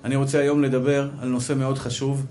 אני רוצה היום לדבר על נושא מאוד חשוב,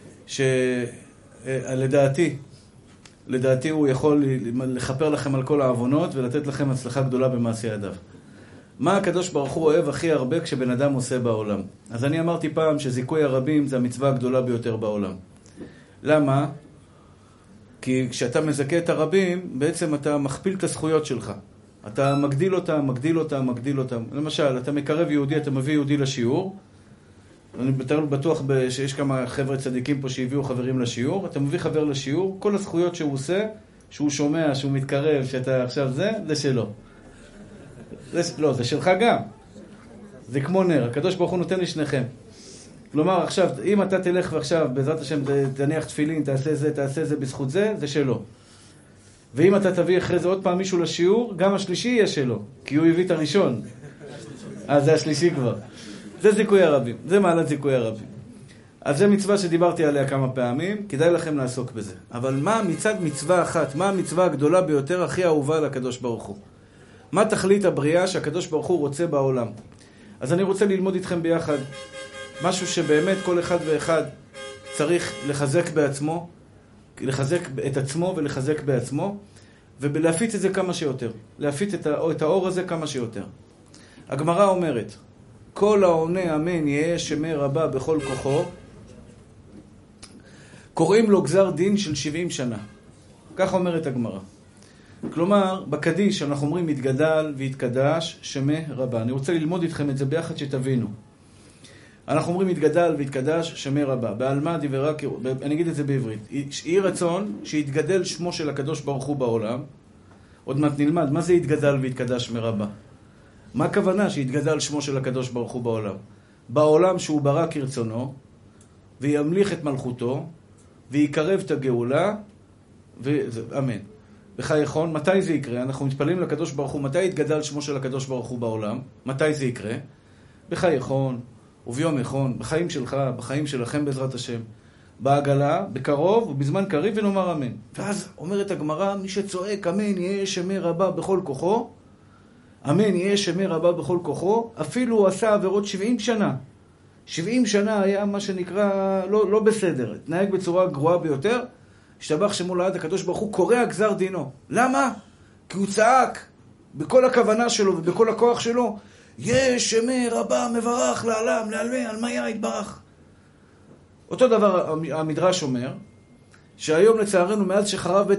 שלדעתי הוא יכול לחפר לכם על כל העוונות ולתת לכם הצלחה גדולה במעשה ידיו. מה הקדוש ברוך הוא אוהב הכי הרבה כשבן אדם עושה בעולם? אז אני אמרתי פעם שזיכוי הרבים זה המצווה הגדולה ביותר בעולם. למה? כי כשאתה מזכה את הרבים, בעצם אתה מכפיל את הזכויות שלך. אתה מגדיל אותם. למשל, אתה מקרב יהודי, אתה מביא יהודי לשיעור. אני בטוח שיש כמה חבר'ה צדיקים פה שהביאו חברים לשיעור. אתה מביא חבר לשיעור, כל הזכויות שהוא עושה, שהוא שומע, שהוא מתקרב, שאתה עכשיו זה שלו. לא, זה שלך גם. זה כמו נר. הקדוש ברוך הוא נותן לשניכם. כלומר, עכשיו, אם אתה תלך ועכשיו, בעזרת השם, תניח תפילין, תעשה זה בזכות זה, זה שלו. ואם אתה תביא אחרי זה עוד פעם מישהו לשיעור, גם השלישי יהיה שלו, כי הוא הביא את הראשון. אז זה השלישי כבר. זה זיכוי הרבים, זה מעלת זיכוי הרבים. אז זה מצווה שדיברתי עליה כמה פעמים, כדאי לכם לעסוק בזה. אבל מה מצד מצווה אחת, מה המצווה הגדולה ביותר הכי אהובה לקדוש ברוך הוא? מה תכלית הבריאה שהקדוש ברוך הוא רוצה בעולם? אז אני רוצה ללמוד איתכם ביחד משהו שבאמת כל אחד ואחד צריך לחזק בעצמו, לחזק את עצמו ולחזק בעצמו, ולהפיץ את זה כמה שיותר. להפיץ את האור הזה כמה שיותר. הגמרא אומרת, כל העונה אמן יהיה שמי רבה בכל כוחו, קוראים לו גזר דין של 70 שנה. כך אומרת הגמרא. כלומר, בקדיש אנחנו אומרים התגדל והתקדש שמי רבה. אני רוצה ללמוד איתכם את זה ביחד שתבינו. אנחנו אומרים התגדל והתקדש שמי רבה. בעלמא דיברה, אני אגיד את זה בעברית. יהי רצון שיתגדל שמו של הקדוש ברוך הוא בעולם. עוד מעט נלמד, מה זה התגדל והתקדש שמי רבה? מה הכוונה שיתגדל שמו של הקדוש ברוך הוא בעולם? בעולם שהוא ברא כרצונו, וימליך את מלכותו, ויקרב את הגאולה, אמן. בחייכון, מתי זה יקרה? אנחנו מתפללים לקדוש ברוך הוא, מתי יתגדל שמו של הקדוש ברוך הוא בעולם? מתי זה יקרה? בחייכון, וביום יחון, בחיים שלך, בחיים שלכם בעזרת השם, בעגלה, בקרוב ובזמן קריב ונאמר אמן. ואז אומרת הגמרא, מי שצועק אמן יהיה שמי רבה בכל כוחו, אמן יהיה שמי רבה בכל כוחו, אפילו הוא עשה עבירות 70 שנה. 70 שנה היה מה שנקרא לא בסדר, התנהג בצורה גרועה ביותר, השתבח שמו לעד הקדוש ברוך הוא קורא גזר דינו. למה? כי הוא צעק בכל הכוונה שלו ובכל הכוח שלו, יש שמי רבה מברך לעלם, לעלמי, על מיה יתברך. אותו דבר המדרש אומר, שהיום לצערנו מאז שחרב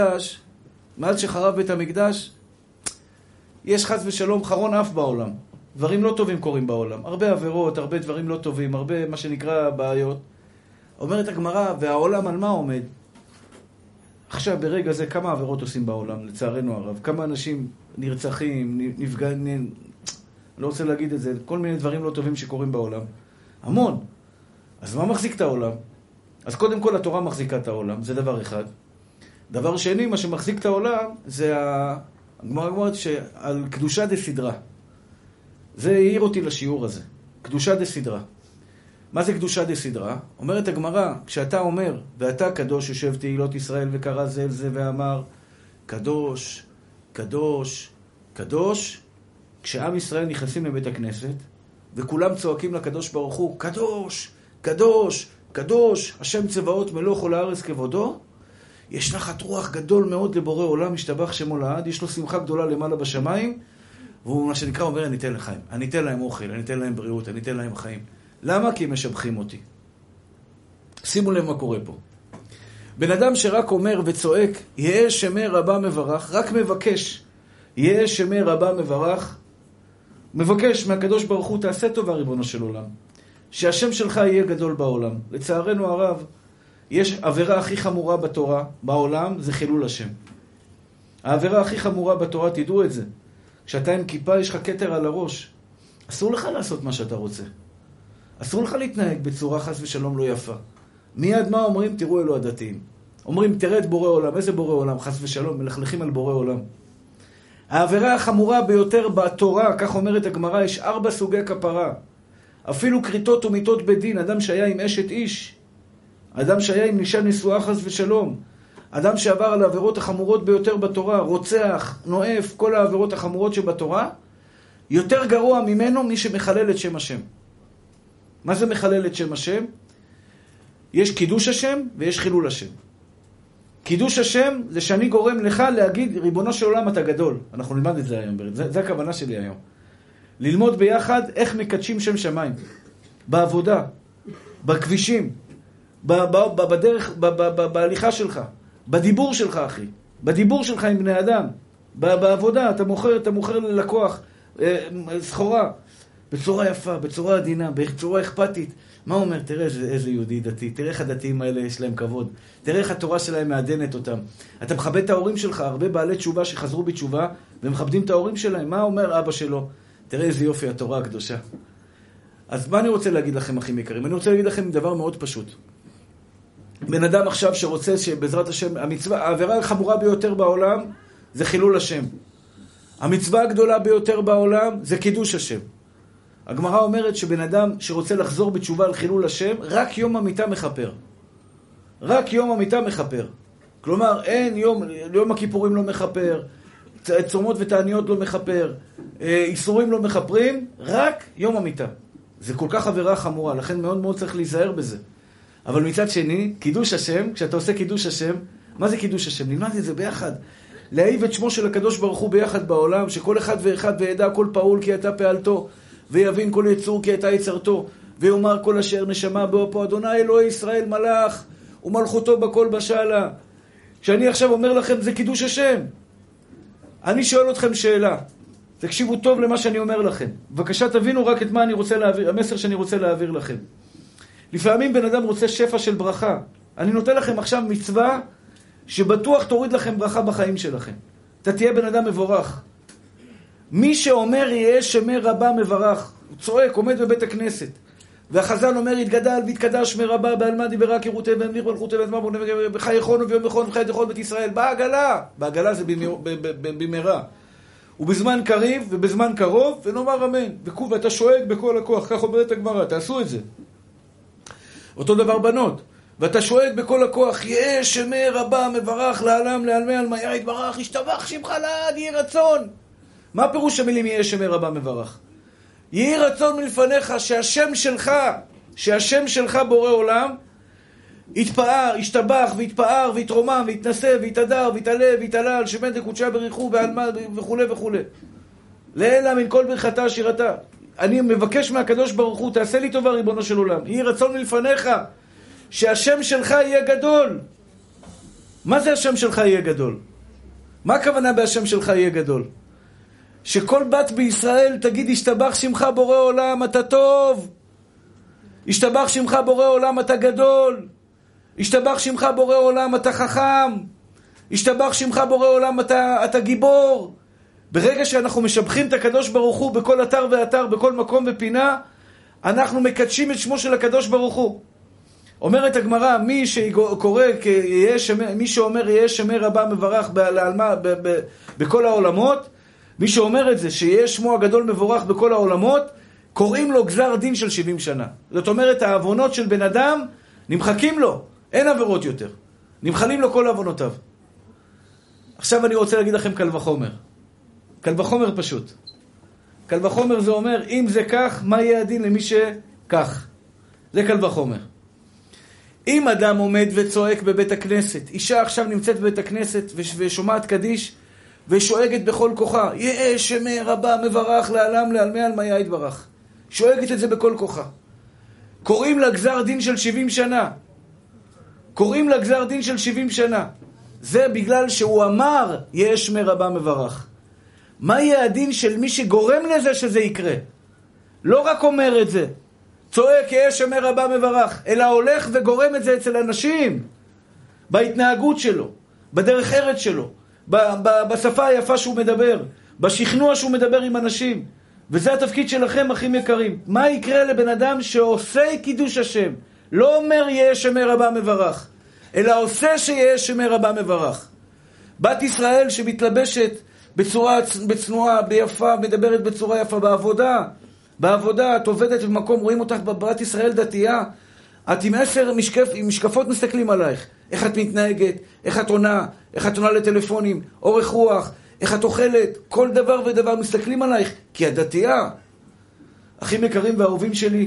בית המקדש, יש חס ושלום חרון אף בעולם. דברים לא טובים קורים בעולם. הרבה עבירות, הרבה דברים לא טובים, הרבה מה שנקרא בעיות. אומרת הגמרא, והעולם על מה עומד? עכשיו ברגע זה כמה עבירות עושים בעולם, לצערנו הרב. כמה אנשים נרצחים, נפגעים, לא רוצה להגיד את זה, כל מיני דברים לא טובים שקורים בעולם. המון. אז מה מחזיק את העולם? אז קודם כל התורה מחזיקה את העולם, זה דבר אחד. דבר שני, מה שמחזיק את העולם, זה הגמרא אומרת שעל קדושה דסדרה. זה העיר אותי לשיעור הזה. קדושה דסדרה. מה זה קדושה דסדרה? אומרת הגמרא, כשאתה אומר, ואתה קדוש יושב תהילות ישראל וקרא זה אל זה ואמר, קדוש, קדוש, קדוש, כשעם ישראל נכנסים לבית הכנסת, וכולם צועקים לקדוש ברוך הוא, קדוש, קדוש, קדוש, השם צבאות מלוא כל הארץ כבודו, יש נחת רוח גדול מאוד לבורא עולם, משתבח שמו לעד, יש לו שמחה גדולה למעלה בשמיים, והוא מה שנקרא אומר, אני אתן לחיים, אני אתן להם אוכל, אני אתן להם בריאות, אני אתן להם חיים. למה? כי הם משבחים אותי. שימו לב מה קורה פה. בן אדם שרק אומר וצועק, יהיה שמי רבה מברך, רק מבקש, יהיה שמי רבה מברך, מבקש מהקדוש ברוך הוא, תעשה טובה ריבונו של עולם. שהשם שלך יהיה גדול בעולם. לצערנו הרב, יש עבירה הכי חמורה בתורה, בעולם, זה חילול השם. העבירה הכי חמורה בתורה, תדעו את זה. כשאתה עם כיפה, יש לך כתר על הראש. אסור לך לעשות מה שאתה רוצה. אסור לך להתנהג בצורה חס ושלום לא יפה. מיד מה אומרים? תראו אלו הדתיים. אומרים, תראה את בורא עולם. איזה בורא עולם? חס ושלום, מלכלכים על בורא עולם. העבירה החמורה ביותר בתורה, כך אומרת הגמרא, יש 4 סוגי כפרה. אפילו כריתות ומיתות בדין, אדם שהיה עם אשת איש, אדם שהיה עם אישה נשואה חס ושלום, אדם שעבר על העבירות החמורות ביותר בתורה, רוצח, נואף, כל העבירות החמורות שבתורה, יותר גרוע ממנו מי שמחלל את שם השם. מה זה מחלל את שם השם? יש קידוש השם ויש חילול השם. קידוש השם זה שאני גורם לך להגיד, ריבונו של עולם אתה גדול. אנחנו נלמד את זה היום, זה הכוונה שלי היום. ללמוד ביחד איך מקדשים שם שמיים. בעבודה, בכבישים, בדרך, בהליכה שלך, בדיבור שלך אחי. בדיבור שלך עם בני אדם. בעבודה, אתה מוכר ללקוח סחורה. בצורה יפה, בצורה עדינה, בצורה אכפתית. מה אומר? תראה איזה יהודי דתי, תראה איך הדתיים האלה יש להם כבוד, תראה איך התורה שלהם מעדנת אותם. אתה מכבד את ההורים שלך, הרבה בעלי תשובה שחזרו בתשובה, ומכבדים את ההורים שלהם. מה אומר אבא שלו? תראה איזה יופי התורה הקדושה. אז מה אני רוצה להגיד לכם, אחים יקרים? אני רוצה להגיד לכם דבר מאוד פשוט. בן אדם עכשיו שרוצה שבעזרת השם, העבירה החמורה ביותר בעולם זה חילול השם. המצווה הגדולה ביותר בעולם זה קידוש השם. הגמרא אומרת שבן אדם שרוצה לחזור בתשובה על חילול השם, רק יום המיטה מחפר. רק יום המיטה מחפר. כלומר, אין יום הכיפורים לא מחפר, צומות ותעניות לא מחפר, איסורים לא מחפרים, רק יום המיטה. זה כל כך עבירה חמורה, לכן מאוד מאוד צריך להיזהר בזה. אבל מצד שני, קידוש השם, כשאתה עושה קידוש השם, מה זה קידוש השם? נלמד את זה ביחד. להעיב את שמו של הקדוש ברוך הוא ביחד בעולם, שכל אחד ואחד וידע כל פעול כי אתה פעלתו, ויבין כל יצור כי הייתה יצרתו, ויאמר כל אשר נשמה בו פה, אדוני אלוהי ישראל מלך, ומלכותו בכל בשאלה. כשאני עכשיו אומר לכם, זה קידוש השם. אני שואל אתכם שאלה. תקשיבו טוב למה שאני אומר לכם. בבקשה תבינו רק את מה אני רוצה להעביר, המסר שאני רוצה להעביר לכם. לפעמים בן אדם רוצה שפע של ברכה. אני נותן לכם עכשיו מצווה, שבטוח תוריד לכם ברכה בחיים שלכם. אתה תהיה בן אדם מבורך. מי שאומר יהיה שמי רבה מברך, הוא צועק, עומד בבית הכנסת, והחז"ל אומר יתגדל ויתקדש שמי רבה בעלמא דיברה כרותי והמליך מלכותי ואדמה וחי יכונו ויום יכון וחי תכון בית ישראל. בעגלה זה במהרה, ובזמן קריב ובזמן קרוב, ונאמר אמן. ואתה שואג בכל הכוח, כך אומרת הגמרא, תעשו את זה. אותו דבר בנות, ואתה שואג בכל הכוח, יהיה שמי רבה מברך לעלם לעלמי עלמיה יתברך, ישתבח שמך לעד, יהי רצון. מה פירוש המילים יהיה שמי רבה מברך? יהי רצון מלפניך שהשם שלך בורא עולם יתפאר, ישתבח ויתפאר ויתרומם ויתנשא ויתהדר ויתעלה ויתעלה על שמן דקודשה בריחו ועלמא וכו' וכו'. לעילא מן כל ברכתה שירתה. אני מבקש מהקדוש ברוך הוא, תעשה לי טובה ריבונו של עולם, יהי רצון מלפניך שהשם שלך יהיה גדול. מה זה השם שלך יהיה גדול? מה הכוונה בהשם שלך יהיה גדול? שכל בת בישראל תגיד ישתבח שמך בורא עולם אתה טוב, ישתבח שמך בורא עולם אתה גדול, ישתבח שמך בורא עולם אתה חכם, ישתבח שמך בורא עולם אתה גיבור. ברגע שאנחנו משבחים את הקדוש ברוך הוא בכל אתר ואתר, בכל מקום ופינה, אנחנו מקדשים את שמו של הקדוש ברוך הוא. אומרת הגמרא, מי שאומר יהיה שמי רבה מברך בכל העולמות, מי שאומר את זה, שיהיה שמו הגדול מבורך בכל העולמות, קוראים לו גזר דין של 70 שנה. זאת אומרת, העוונות של בן אדם נמחקים לו, אין עבירות יותר. נמחלים לו כל עוונותיו. עכשיו אני רוצה להגיד לכם קל וחומר. קל וחומר פשוט. קל וחומר זה אומר, אם זה כך, מה יהיה הדין למי שכך? זה קל וחומר. אם אדם עומד וצועק בבית הכנסת, אישה עכשיו נמצאת בבית הכנסת ושומעת קדיש, ושואגת בכל כוחה, יהיה שמי רבה מברך לעלם לעלמי עלמיה יתברך. שואגת את זה בכל כוחה. קוראים לה גזר דין של 70 שנה. קוראים לה גזר דין של 70 שנה. זה בגלל שהוא אמר, יהיה שמי רבה מברך. מה יהיה הדין של מי שגורם לזה שזה יקרה? לא רק אומר את זה, צועק יהיה שמי רבה מברך, אלא הולך וגורם את זה אצל אנשים, בהתנהגות שלו, בדרך ארץ שלו, בשפה היפה שהוא מדבר, בשכנוע שהוא מדבר עם אנשים. וזה התפקיד שלכם, אחים יקרים. מה יקרה לבן אדם שעושה קידוש השם? לא אומר יהיה שמי רבה מברך, אלא עושה שיהיה שמי רבה מברך. בת ישראל שמתלבשת בצנועה, ביפה, מדברת בצורה יפה בעבודה, את עובדת במקום, רואים אותך בבת ישראל דתייה, את עם 10 משקפות מסתכלים עלייך. איך את מתנהגת, איך את עונה לטלפונים, אורך רוח, איך את אוכלת, כל דבר ודבר מסתכלים עלייך, כי את דתייה. אחים יקרים ואהובים שלי,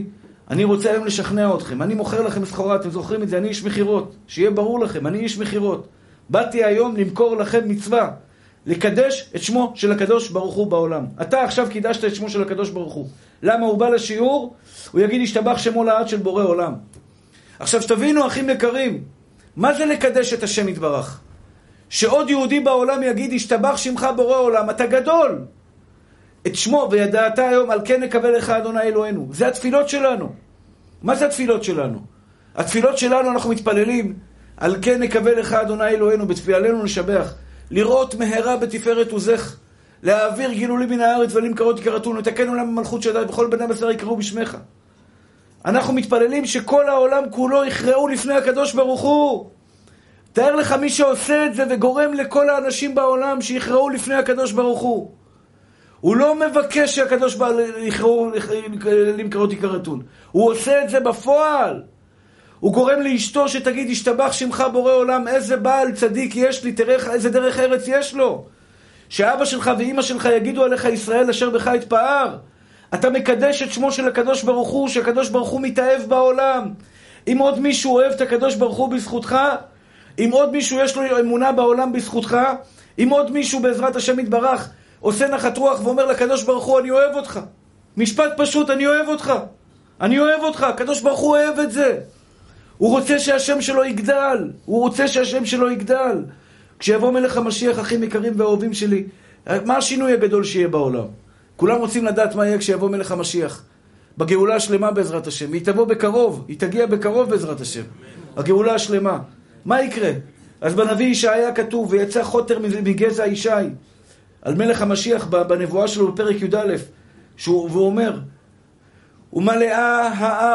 אני רוצה היום לשכנע אתכם, אני מוכר לכם סחורה, אתם זוכרים את זה, אני איש מחירות, שיהיה ברור לכם, אני איש מחירות. באתי היום למכור לכם מצווה, לקדש את שמו של הקדוש ברוך הוא בעולם. אתה עכשיו קידשת את שמו של הקדוש ברוך הוא. למה הוא בא לשיעור? הוא יגיד, השתבח שמו לעד של בורא עולם. עכשיו שתבינו, אחים יקרים, מה זה לקדש את השם יתברך? שעוד יהודי בעולם יגיד, השתבח שמך בורא עולם, אתה גדול. את שמו וידעת היום, על כן נקבל לך אדוני אלוהינו. זה התפילות שלנו. מה זה התפילות שלנו? התפילות שלנו, אנחנו מתפללים, על כן נקבל לך אדוני אלוהינו, בתפילנו נשבח, לראות מהרה בתפארת עוזך, להעביר גילולי מן הארץ ולמקרות יקרתון, לתקן עולם במלכות שדי, בכל בני בשר יקראו בשמך. אנחנו מתפללים שכל העולם כולו יכרעו לפני הקדוש ברוך הוא. תאר לך מי שעושה את זה וגורם לכל האנשים בעולם שיכרעו לפני הקדוש ברוך הוא. הוא לא מבקש שהקדוש ברוך הוא יכרעו למקרות יקרתון. הוא עושה את זה בפועל. הוא גורם לאשתו שתגיד, השתבח שמך בורא עולם, איזה בעל צדיק יש לי, תראה איזה דרך ארץ יש לו. שאבא שלך ואמא שלך יגידו עליך ישראל אשר בך התפאר. אתה מקדש את שמו של הקדוש ברוך הוא, שהקדוש ברוך הוא מתאהב בעולם. אם עוד מישהו אוהב את הקדוש ברוך הוא בזכותך, אם עוד מישהו יש לו אמונה בעולם בזכותך, אם עוד מישהו בעזרת השם יתברך עושה נחת רוח ואומר לקדוש ברוך הוא, אני אוהב אותך. משפט פשוט, אני אוהב אותך. אני אוהב אותך, הקדוש ברוך הוא אוהב את זה. הוא רוצה שהשם שלו יגדל. הוא רוצה שהשם שלו יגדל. כשיבוא מלך המשיח, אחים יקרים ואהובים שלי, מה השינוי הגדול שיהיה בעולם? כולם רוצים לדעת מה יהיה כשיבוא מלך המשיח. בגאולה השלמה בעזרת השם. היא תבוא בקרוב, היא תגיע בקרוב בעזרת השם. הגאולה השלמה. מה יקרה? אז בנביא ישעיה כתוב, ויצא חוטר מגזע ישי, על מלך המשיח בנבואה שלו בפרק י"א, והוא אומר, ומלאה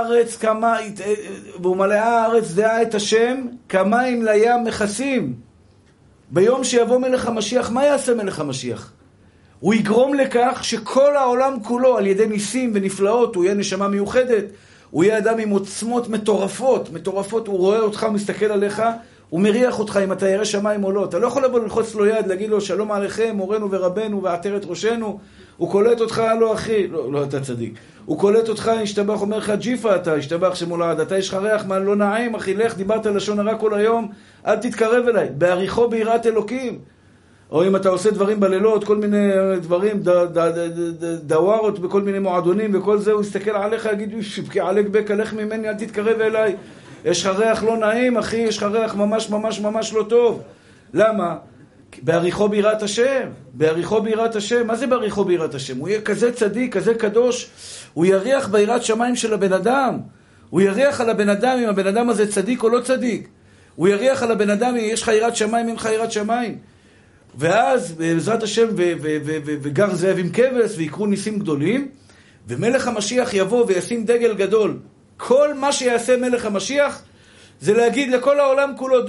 הארץ דעה את השם, כמים לים מכסים. ביום שיבוא מלך המשיח, מה יעשה מלך המשיח? הוא יגרום לכך שכל העולם כולו, על ידי ניסים ונפלאות, הוא יהיה נשמה מיוחדת, הוא יהיה אדם עם עוצמות מטורפות, הוא רואה אותך, הוא מסתכל עליך, הוא מריח אותך אם אתה ירא שמיים או לא. אתה לא יכול לבוא ללחוץ לו יד, להגיד לו שלום עליכם, מורנו ורבנו ועטרת ראשנו. הוא קולט אותך, לא אחי, לא אתה צדיק. הוא קולט אותך, השתבח, אומר לך ג'יפה אתה, השתבח שמולד, אתה יש לך ריח מה לא נעים, אחי, לך, דיברת לשון הרע כל היום, אל תתקרב אליי, בעריכו ביראת אלוקים. או אם אתה עושה דברים בלילות, כל מיני דברים, דווארות בכל מיני מועדונים וכל זה, הוא יסתכל עליך, יגיד, שבקי עליק בק, הלך ממני, אל תתקרב אליי. יש לך ריח לא נעים, אחי, יש לך ריח ממש לא טוב. למה? בעריכו ביראת השם. בעריכו ביראת השם. מה זה בעריכו ביראת השם? הוא יהיה כזה צדיק, כזה קדוש. הוא יריח ביראת שמיים של הבן אדם. הוא יריח על הבן אדם אם הבן אדם הזה צדיק או לא צדיק. הוא יריח על הבן אדם אם יש לך יראת שמיים, אם לך יראת שמיים. ואז בעזרת השם וגר זאב עם כבש ויקרו ניסים גדולים, ומלך המשיח יבוא וישים דגל גדול. כל מה שיעשה מלך המשיח זה להגיד לכל העולם כולו,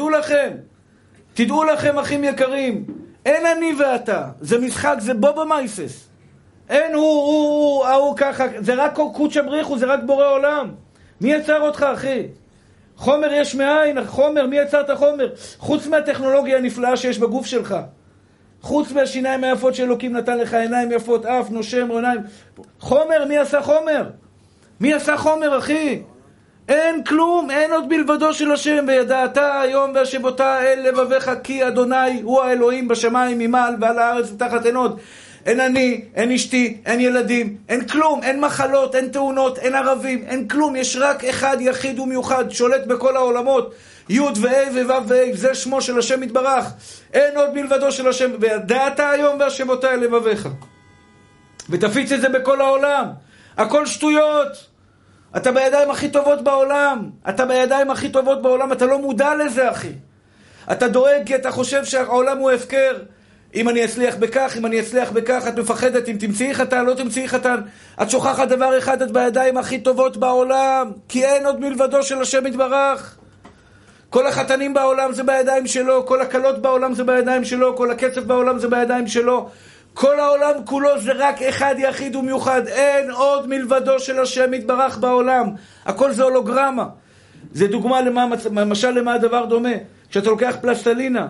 תדעו לכם אחים יקרים, אין אני ואתה, זה משחק, זה בובה מייסס, אין הוא ככה, זה רק קודשא בריחו, זה רק בורא עולם. מי יצר אותך אחי? חומר יש מאין, חומר, מי יצר את החומר? חוץ מהטכנולוגיה הנפלאה שיש בגוף שלך, חוץ מהשיניים היפות שאלוקים נתן לך, עיניים יפות, אף, נושם, עיניים, חומר, מי עשה חומר? מי עשה חומר אחי? אין כלום, אין עוד בלבדו של השם. וידעת היום והשבותה אל לבביך, כי אדוני הוא האלוהים בשמיים ממעל ועל הארץ ותחת אין עוד. אין אני, אין אשתי, אין ילדים, אין כלום, אין מחלות, אין תאונות, אין ערבים, אין כלום. יש רק אחד יחיד ומיוחד, שולט בכל העולמות, י' וא' וו' וא', זה שמו של השם יתברך. אין עוד בלבדו של השם. וידעת היום והשבותה אל לבביך, ותפיץ את זה בכל העולם. הכל שטויות. אתה בידיים הכי טובות בעולם. אתה לא מודע לזה אחי. אתה דואג כי אתה חושב שהעולם הוא הפקר. אם אני אצליח בכך, את מפחדת אם תמצאי חתן, לא תמצאי חתן. את שוכחת דבר אחד, את בידיים הכי טובות בעולם, כי אין עוד מלבדו של השם יתברך. כל החתנים בעולם זה בידיים שלו, כל הקלות בעולם זה בידיים שלו, כל הקצף בעולם זה בידיים שלו. כל העולם כולו זה רק אחד יחיד ומיוחד. אין עוד מלבדו של השם יתברך בעולם. הכל זה הולוגרמה. זה דוגמה למשל למה הדבר דומה. כשאתה לוקח פלסטלינה,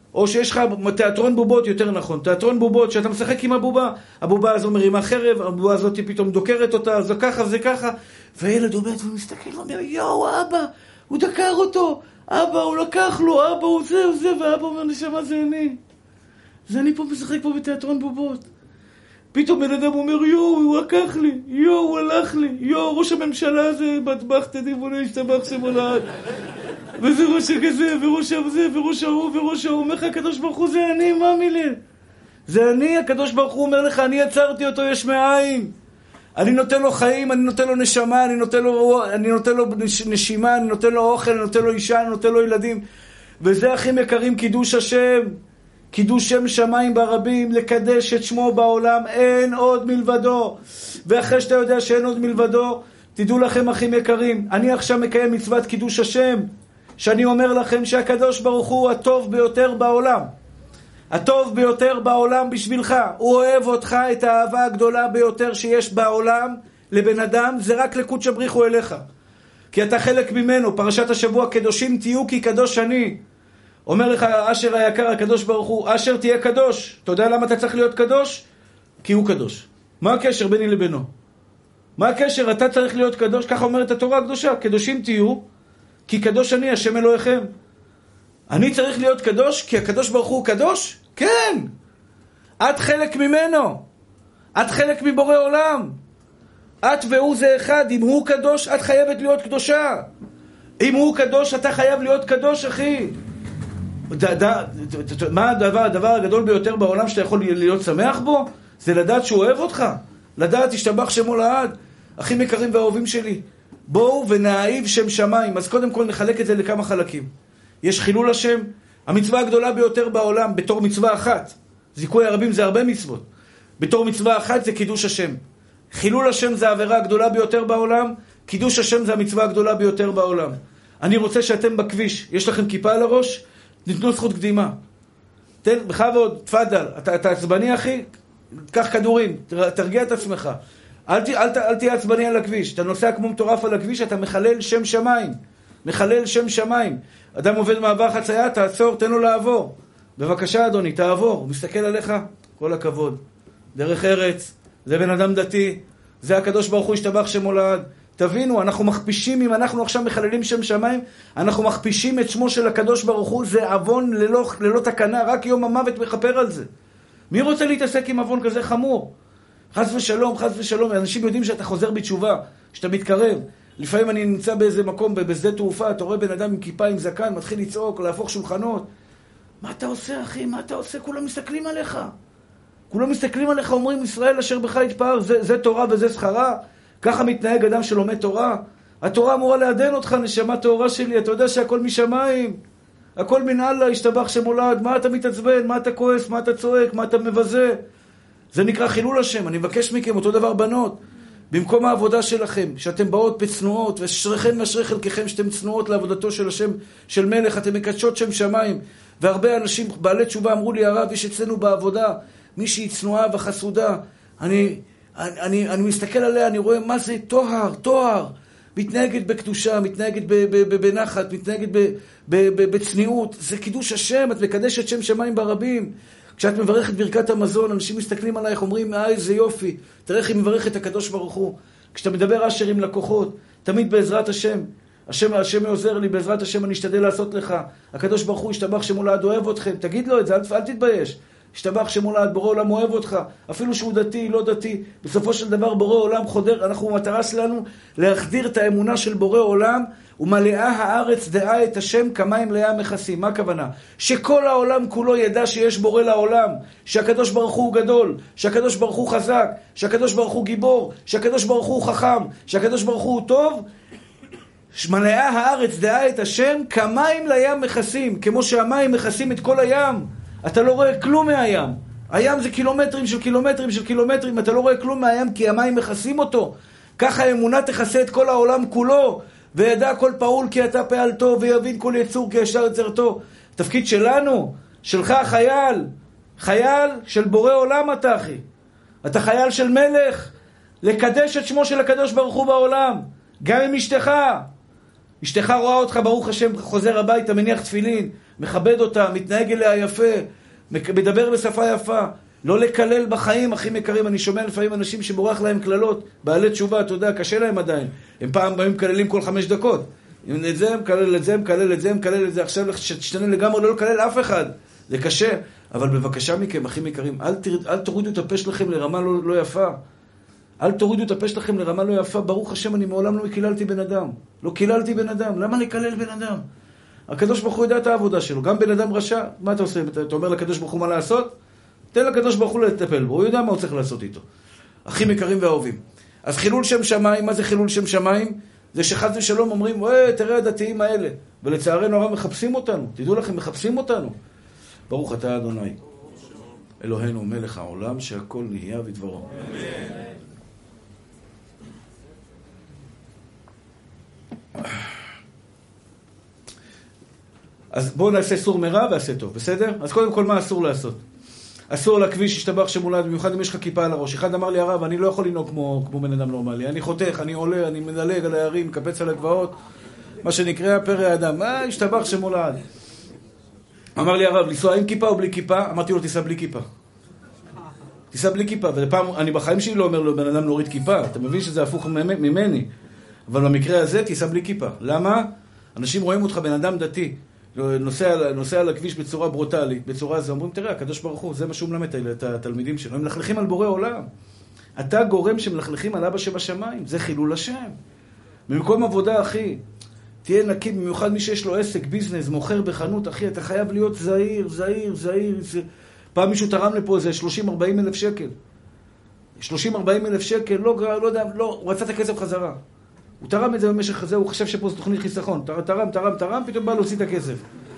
או שיש לך תיאטרון בובות, יותר נכון, תיאטרון בובות, שאתה משחק עם הבובה, הבובה הזו מרימה חרב, הבובה הזאת פתאום דוקרת אותה, זה ככה וזה ככה, והילד עומד ומסתכל ואומר, יואו, אבא, הוא דקר אותו, אבא, הוא לקח לו, אבא, הוא זה, ואבא אומר, נשמה, זה אני. זה אני פה משחק פה בתיאטרון בובות. פתאום בן אדם אומר, יואו, הוא לקח לי, יואו, הוא הלך לי, יואו, ראש הממשלה הזה, בטבח תדיבו לא ישתבח שמולד. וזה ראש הכזה, וראש הזה, וראש ההוא, וראש ההוא, אומר לך, הקדוש ברוך הוא, זה אני, מה מילה? זה אני, הקדוש ברוך הוא אומר לך, אני יצרתי אותו יש מאין. אני נותן לו חיים, אני נותן לו נשמה, אני נותן לו נשימה, אני נותן לו אוכל, אני נותן לו אישה, אני נותן לו ילדים. וזה אחים יקרים, קידוש השם. קידוש שם שמיים ברבים, לקדש את שמו בעולם, אין עוד מלבדו. ואחרי שאתה יודע שאין עוד מלבדו, תדעו לכם אחים יקרים, אני עכשיו מקיים מצוות קידוש השם, שאני אומר לכם שהקדוש ברוך הוא הטוב ביותר בעולם. הטוב ביותר בעולם בשבילך. הוא אוהב אותך, את האהבה הגדולה ביותר שיש בעולם לבן אדם, זה רק לקודש בריחו אליך. כי אתה חלק ממנו. פרשת השבוע, קדושים תהיו כי קדוש אני. אומר לך אשר היקר הקדוש ברוך הוא, אשר תהיה קדוש. אתה יודע למה אתה צריך להיות קדוש? כי הוא קדוש. מה הקשר ביני לבינו? מה הקשר? אתה צריך להיות קדוש, ככה אומרת התורה הקדושה, קדושים תהיו כי קדוש אני, השם אלוהיכם. אני צריך להיות קדוש כי הקדוש ברוך הוא קדוש? כן. את חלק ממנו. את חלק מבורא עולם. את והוא זה אחד. אם הוא קדוש, את חייבת להיות קדושה. אם הוא קדוש, אתה חייב להיות קדוש, אחי. מה הדבר הגדול ביותר בעולם שאתה יכול להיות שמח בו? זה לדעת שהוא אוהב אותך. לדעת, ישתבח שמו לעד. אחים יקרים ואהובים שלי, בואו ונאהיב שם שמיים. אז קודם כל נחלק את זה לכמה חלקים. יש חילול השם, המצווה הגדולה ביותר בעולם, בתור מצווה אחת. זיכוי הרבים זה הרבה מצוות. בתור מצווה אחת זה קידוש השם. חילול השם זה העבירה הגדולה ביותר בעולם, קידוש השם זה המצווה הגדולה ביותר בעולם. אני רוצה שאתם בכביש, יש לכם כיפה על הראש, נתנו זכות קדימה. תן, בכבוד, תפדל. אתה עצבני אחי? קח כדורים, תרגיע את עצמך. אל תהיה עצבני על הכביש. אתה נוסע כמו מטורף על הכביש, אתה מחלל שם שמיים. מחלל שם שמיים. אדם עובד מעבר חצייה, תעצור, תן לו לעבור. בבקשה אדוני, תעבור. הוא מסתכל עליך, כל הכבוד. דרך ארץ, זה בן אדם דתי, זה הקדוש ברוך הוא ישתבח שמו לעד. תבינו, אנחנו מכפישים, אם אנחנו עכשיו מחללים שם שמיים, אנחנו מכפישים את שמו של הקדוש ברוך הוא, זה עוון ללא תקנה, רק יום המוות מחפר על זה. מי רוצה להתעסק עם עוון כזה חמור? חס ושלום, חס ושלום. אנשים יודעים שאתה חוזר בתשובה, שאתה מתקרב. לפעמים אני נמצא באיזה מקום, בשדה תעופה, אתה רואה בן אדם עם כיפה, עם זקן, מתחיל לצעוק, להפוך שולחנות. מה אתה עושה, אחי? מה אתה עושה? כולם מסתכלים עליך. כולם מסתכלים עליך, אומרים, ישראל אשר בך יתפאר, זה תורה וזה שכרה. ככה מתנהג אדם שלומד תורה. התורה אמורה לעדן אותך, נשמה טהורה שלי. אתה יודע שהכל משמיים. הכל מן אללה, ישתבח שמו לעד. מה אתה מתעצבן? מה אתה כועס? מה אתה צועק? מה אתה מבזה? זה נקרא חילול השם. אני מבקש מכם, אותו דבר בנות. במקום העבודה שלכם, שאתם באות בצנועות, ושריכם ואשרי חלקכם שאתם צנועות לעבודתו של השם, של מלך, אתם מקדשות שם שמיים. והרבה אנשים, בעלי תשובה, אמרו לי, הרב, יש אצלנו בעבודה, מישהי צנועה וחסודה. אני מסתכל עליה, אני רואה מה זה תואר. מתנהגת בקדושה, מתנהגת בנחת, מתנהגת בצניעות. זה קידוש השם, את מקדשת שם שמיים ברבים. כשאת מברכת ברכת המזון, אנשים מסתכלים עלייך, אומרים, איזה יופי, תראה איך היא מברכת הקדוש ברוך הוא. כשאתה מדבר אשר עם לקוחות, תמיד בעזרת השם. השם עוזר לי, בעזרת השם אני אשתדל לעשות לך. הקדוש ברוך הוא ישתבח שמו לעד אוהב אתכם. תגיד לו את זה, אל תתבייש. ישתבח שמו לעד, בורא עולם אוהב אותך. אפילו שהוא דתי, לא דתי. בסופו של דבר בורא עולם חודר, המטרה שלנו להחדיר את האמונה של בורא עולם, ומלאה הארץ דעה את השם כמים מלאה מכסים. מה הכוונה? שכל העולם כולו ידע שיש בורא לעולם, שהקדוש ברוך הוא גדול, שהקדוש ברוך הוא חזק, שהקדוש ברוך הוא גיבור, שהקדוש ברוך הוא חכם, שהקדוש ברוך הוא טוב. מלאה הארץ דעה את השם כמים לים מכסים. כמו שהמים מכסים את כל הים, אתה לא רואה כלום מהים. הים זה קילומטרים של קילומטרים של קילומטרים, אתה לא רואה כלום מהים כי המים מכסים אותו. ככה האמונה תכסה את כל העולם כולו. וידע כל פעול כי אתה פעלתו, ויבין כל יצור כי ישר יצרתו. התפקיד שלנו, שלך חייל של בורא עולם אתה, אחי. אתה חייל של מלך, לקדש את שמו של הקדוש ברוך הוא בעולם. גם עם אשתך רואה אותך ברוך השם חוזר הביתה, מניח תפילין, מכבד אותה, מתנהג אליה יפה, מדבר בשפה יפה, לא לקלל בחיים, אחים יקרים. אני שומע לפעמים אנשים שבורח להם כללות, בעלי תשובה, אתה יודע, קשה להם עדיין. הם פעם באים מקללים כל 5 דקות. את זה מקלל, את זה מקלל, את זה מקלל, את זה. עכשיו שתשתנה לגמרי, לא לקלל אף אחד. זה קשה. אבל בבקשה מכם, אחים יקרים, אל תורידו את הפה שלכם לרמה לא יפה. אל תורידו את הפה שלכם לרמה לא יפה. ברוך השם, אני מעולם לא קיללתי בן אדם. לא קיללתי בן אדם. למה לקלל בן אדם? הקדוש ברוך הוא יודע את העבודה שלו. גם בן אדם רשע, מה אתה עושה? אתה אומר לקדוש ברוך הוא מה לעשות? תן לקדוש ברוך הוא לטפל בו. הוא יודע מה הוא צריך לעשות איתו. אחים יקרים ואהובים. אז חילול שם שמיים, מה זה חילול שם שמיים? זה שחס ושלום אומרים, תראה הדתיים האלה. ולצערנו הרב מחפשים אותנו. תדעו לכם, מחפשים אותנו. ברוך אתה אדוני. אלוהינו מלך העולם שהכל נהיה בדברו. אז בואו נעשה סור מרע ועשה טוב, בסדר? אז קודם כל מה אסור לעשות? אסור לכביש השתבח שמולד, במיוחד אם יש לך כיפה על הראש. אחד אמר לי, הרב, אני לא יכול לנהוג כמו בן אדם נורמלי. אני חותך, אני עולה, אני מדלג על הערים, מקפץ על הגבעות, מה שנקרא פרא האדם. השתבח שמולד. אמר לי הרב, לנסוע עם כיפה או בלי כיפה? אמרתי לו, תיסע בלי כיפה. תיסע בלי כיפה. ופעם, אני בחיים שלי לא אומר לו, בן אדם להוריד כיפה. אתה מבין שזה הפוך ממני. אבל במקרה הזה, תיסע בלי כיפה. למה? אנשים רואים אותך בן אדם דתי. נוסע על הכביש בצורה ברוטלית, בצורה זו, אומרים, תראה, הקדוש ברוך הוא, זה מה שהוא מלמד את התלמידים שלו. הם מלכלכים על בורא עולם. אתה גורם שמלכלכים על אבא שבשמיים. זה חילול השם. במקום עבודה, אחי, תהיה נקי, במיוחד מי שיש לו עסק, ביזנס, מוכר בחנות, אחי, אתה חייב להיות זהיר. פעם מישהו תרם לפה איזה 30-40 אלף שקל. 30-40 אלף שקל, לא יודע, הוא רצה את הכסף חזרה. הוא תרם את זה במשך הזה, הוא חשב שפה זו תוכנית חיסכון. תרם, פתאום בא להוציא את הכסף.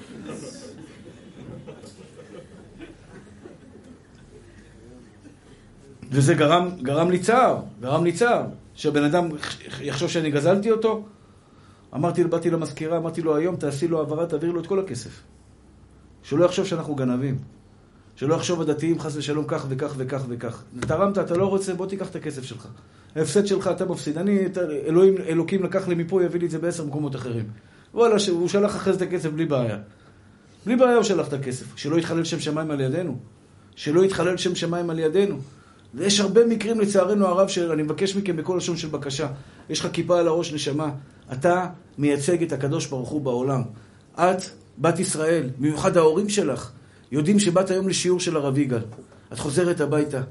וזה גרם לי צער, שהבן אדם יחשוב שאני גזלתי אותו. באתי למזכירה, אמרתי לו, היום תעשי לו העברה, תעביר לו את כל הכסף. שלא יחשוב שאנחנו גנבים. שלא יחשוב הדתיים חס ושלום כך וכך וכך וכך. תרמת, אתה לא רוצה, בוא תיקח את הכסף שלך. ההפסד שלך, אתה מפסיד. אלוקים לקח לי מפה, יביא לי את זה ב10 מקומות אחרים. וואלה, הוא שלח אחרי זה את הכסף בלי בעיה. בלי בעיה הוא שלח את הכסף. שלא יתחלל שם שמיים על ידינו. ויש הרבה מקרים לצערנו הרב שאני מבקש מכם בכל לשון של בקשה. יש לך כיפה על הראש, נשמה. אתה מייצג את הקדוש ברוך הוא בעולם. את, בת ישראל, במיוחד ההורים שלך, יודעים שבאת היום לשיעור של הרב יגאל. את חוזרת הביתה.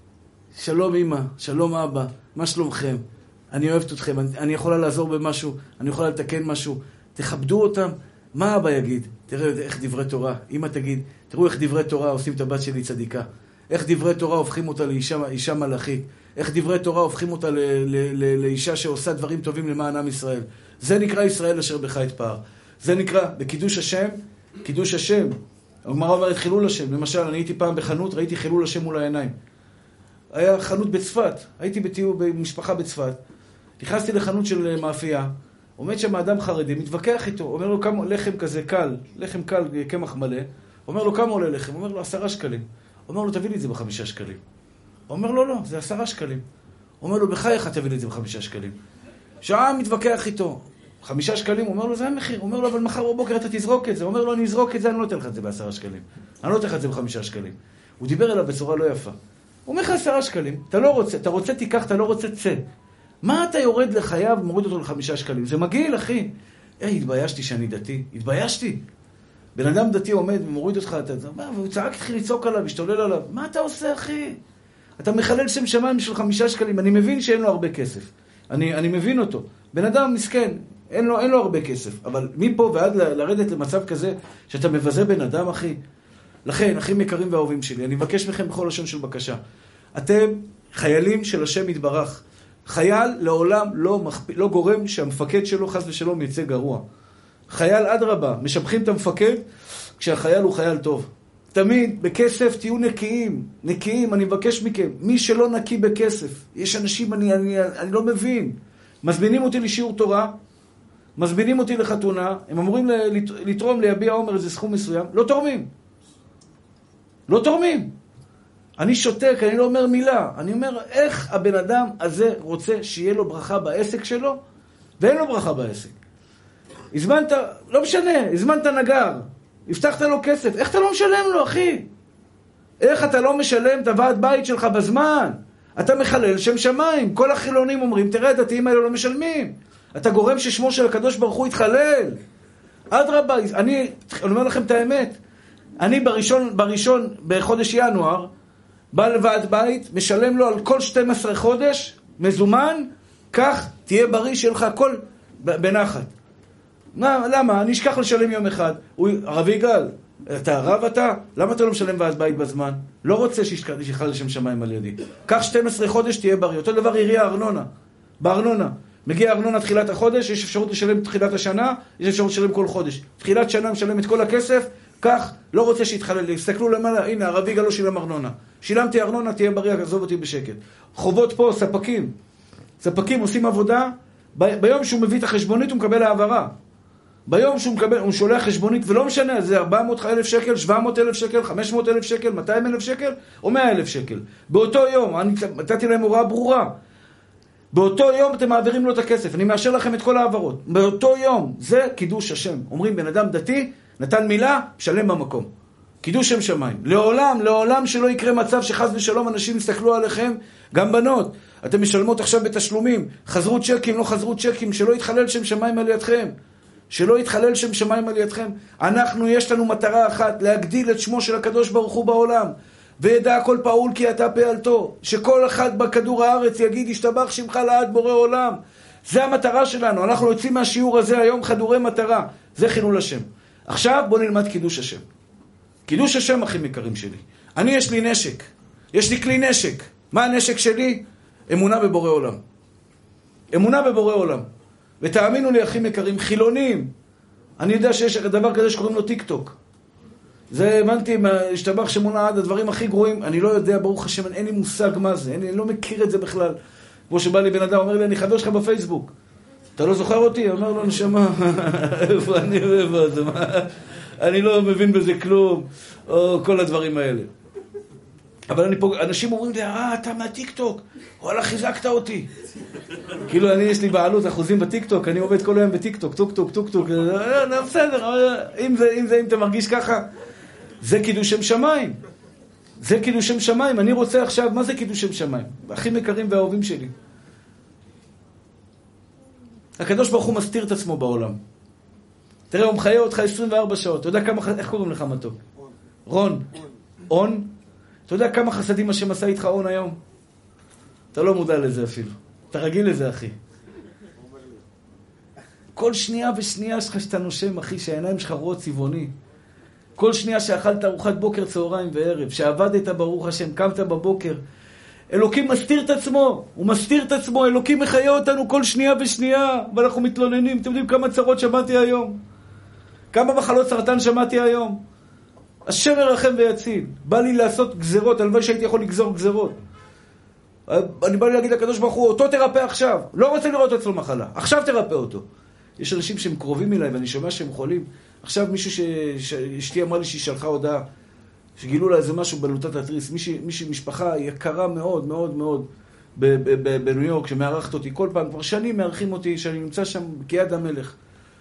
שלום אמא, שלום אבא, מה שלומכם? אני אוהבת אתכם, אני יכולה לעזור במשהו, אני יכולה לתקן משהו. תכבדו אותם. מה אבא יגיד? תראו איך דברי תורה. אמא תגיד, תראו איך דברי תורה עושים את הבת שלי צדיקה. איך דברי תורה הופכים אותה לאישה מלאכית. איך דברי תורה הופכים אותה לאישה שעושה דברים טובים למען עם ישראל. זה נקרא ישראל אשר בך יתפאר. זה נקרא בקידוש השם, קידוש השם. הגמרא אומרת חילול השם. למשל, אני הייתי פעם בחנות, ראיתי חילול השם מול העיניים. היה חנות בצפת. הייתי במשפחה בצפת. נכנסתי לחנות של מאפייה. עומד שם אדם חרדי, מתווכח איתו. אומר לו כמה לחם כזה קל, לחם קל, קמח מלא. אומר לו כמה עולה לחם? אומר לו 10 שקלים. אומר לו תביא לי את זה ב5 שקלים. אומר לו לא, זה 10 שקלים. אומר לו בחייך תביא לי את זה ב5 שקלים. שעה מתווכח איתו. 5 שקלים, אומר לו זה המחיר. אומר לו אבל מחר בבוקר אתה תזרוק את זה. אומר לו אני אזרוק את זה, אני לא אתן לך את זה ב10 שקלים. אני לא אתן לך את זה ב5 שקלים. הוא דיבר אליו בצורה לא יפה. הוא אומר לך 10 שקלים, אתה לא רוצה, אתה רוצה תיקח, אתה לא רוצה צא. מה אתה יורד לחייו ומוריד אותו ל5 שקלים? זה מגעיל, אחי. התביישתי שאני דתי. התביישתי. בן אדם דתי עומד ומוריד אותך, והוא צעק, התחיל לצעוק עליו, השתולל עליו. מה אתה עושה, אחי? אתה מחלל שם שמיים של 5 שקלים. אני מבין שאין לו הרבה כסף. אני מבין אותו. בן אדם מסכן, אין לו הרבה כסף. אבל מפה ועד לרדת למצב כזה, שאתה מבזה בן אדם, אחי. לכן, אחים יקרים ואהובים שלי, אני מבקש מכם בכל לשון של בקשה. אתם חיילים של השם יתברך. חייל לעולם לא גורם שהמפקד שלו חס ושלום יצא גרוע. חייל אדרבה, משבחים את המפקד כשהחייל הוא חייל טוב. תמיד בכסף תהיו נקיים, אני מבקש מכם. מי שלא נקי בכסף, יש אנשים, אני לא מבין. מזמינים אותי לשיעור תורה, מזמינים אותי לחתונה, הם אמורים לתרום ליביע עומר איזה סכום מסוים, לא תורמים. אני שותק, אני לא אומר מילה. אני אומר, איך הבן אדם הזה רוצה שיהיה לו ברכה בעסק שלו, ואין לו ברכה בעסק. הזמנת, לא משנה, הזמנת נגר. הבטחת לו כסף, איך אתה לא משלם לו, אחי? איך אתה לא משלם את הוועד בית שלך בזמן? אתה מחלל שם שמיים. כל החילונים אומרים, תראה, הדתיים האלה לא משלמים. אתה גורם ששמו של הקדוש ברוך הוא יתחלל. אדרבה, אני אומר לכם את האמת. אני בראשון בחודש ינואר, בא לוועד בית, משלם לו על כל 12 חודש, מזומן, כך תהיה בריא שלך הכל בנחת. למה? אני אשכח לשלם יום אחד. הרב יגאל, אתה הרב אתה? למה אתה לא משלם ועד בית בזמן? לא רוצה שיחל לשם שמיים על ידי. כך 12 חודש תהיה בריא. אותו דבר עירייה ארנונה. בארנונה. מגיע ארנונה תחילת החודש, יש אפשרות לשלם תחילת השנה, יש אפשרות לשלם כל חודש. תחילת שנה משלם את כל הכסף, כך לא רוצה שיתחלל. הסתכלו למעלה, הנה הרב יגאל לא שילם ארנונה. שילמתי ארנונה, תהיה בריא, עזוב אותי בשקט. חובות פה, ספקים. ספקים עושים עבודה, ביום שהוא מביא את החשבונית הוא מקבל העברה. ביום שהוא מקבל, הוא שולח חשבונית, ולא משנה, זה 400,000 שקל, 700,000 שקל, 500,000 שקל, 200,000 שקל, או 100,000 שקל. באותו יום, אני נתתי להם הוראה ברורה. באותו יום אתם מעבירים לו את הכסף, אני מאשר לכם את כל העברות. באותו יום, זה קידוש השם. אומרים, בן אדם דתי, נתן מילה, משלם במקום. קידוש שם שמיים. לעולם שלא יקרה מצב שחס ושלום אנשים יסתכלו עליכם, גם בנות. אתם משלמות עכשיו בתשלומים, חזרו צ'קים, לא חזרו צ'קים, שלא יתחלל שם שמיים על ידכם. שלא יתחלל שם שמיים על ידכם. יש לנו מטרה אחת, להגדיל את שמו של הקדוש ברוך הוא בעולם. וידע כל פעול כי אתה פעלתו. שכל אחד בכדור הארץ יגיד, ישתבח שמך לעד בורא עולם. זה המטרה שלנו. אנחנו יוצאים מהשיעור הזה היום חדורי מטרה. זה חילול השם. עכשיו בוא נלמד קידוש השם. קידוש השם, אחים יקרים שלי. יש לי נשק. יש לי כלי נשק. מה הנשק שלי? אמונה בבורא עולם. אמונה בבורא עולם. ותאמינו לי, אחים יקרים, חילונים. אני יודע שיש דבר כזה שקוראים לו טיק טוק. זה האמנתי, השתבח שמונה עד הדברים הכי גרועים. אני לא יודע, ברוך השם, אין לי מושג מה זה. אני לא מכיר את זה בכלל. כמו שבא לי בן אדם, אומר לי, אני חבר שלך בפייסבוק. אתה לא זוכר אותי? אומר לו, נשמה, איפה אני ואיפה זה? אני לא מבין בזה כלום. או כל הדברים האלה. אבל אנשים אומרים לי, אתה מהטיק טוק. וואלה, חיזקת אותי. כאילו, יש לי בעלות אחוזים בטיק טוק, אני עובד כל היום בטיק טוק, טוק טוק, טוק טוק. בסדר, אם אתה מרגיש ככה, זה קידוש שם שמיים. זה קידוש שם שמיים. אני רוצה עכשיו, מה זה קידוש שם שמיים? הכי יקרים והאהובים שלי. הקדוש ברוך הוא מסתיר את עצמו בעולם. תראה, הוא מחיה אותך 24 שעות. אתה יודע איך קוראים לך מתוק? רון. און? אתה יודע כמה חסדים השם עשה איתך און היום? אתה לא מודע לזה אפילו. אתה רגיל לזה, אחי. כל שנייה ושנייה שלך שאתה נושם, אחי, שהעיניים שלך רואות צבעוני. כל שנייה שאכלת ארוחת בוקר, צהריים וערב, שעבדת ברוך השם, קמת בבוקר. אלוקים מסתיר את עצמו. הוא מסתיר את עצמו. אלוקים מחיה אותנו כל שנייה ושנייה. ואנחנו מתלוננים. אתם יודעים כמה צרות שמעתי היום? כמה מחלות סרטן שמעתי היום? השם ירחם ויציל. בא לי לעשות גזרות, הלוואי שהייתי יכול לגזור גזרות. אני בא לי להגיד לקדוש ברוך הוא, אותו תרפא עכשיו. לא רוצה לראות אצלו מחלה. עכשיו תרפא אותו. יש אנשים שהם קרובים אליי ואני שומע שהם חולים. עכשיו מישהו שאשתי אמרה לי שהיא שלחה הודעה, שגילו לה איזה משהו בלוטת התריס. מישהי משפחה יקרה מאוד מאוד מאוד בניו יורק שמארחת אותי. כל פעם, כבר שנים מארחים אותי, שאני נמצא שם כיד המלך.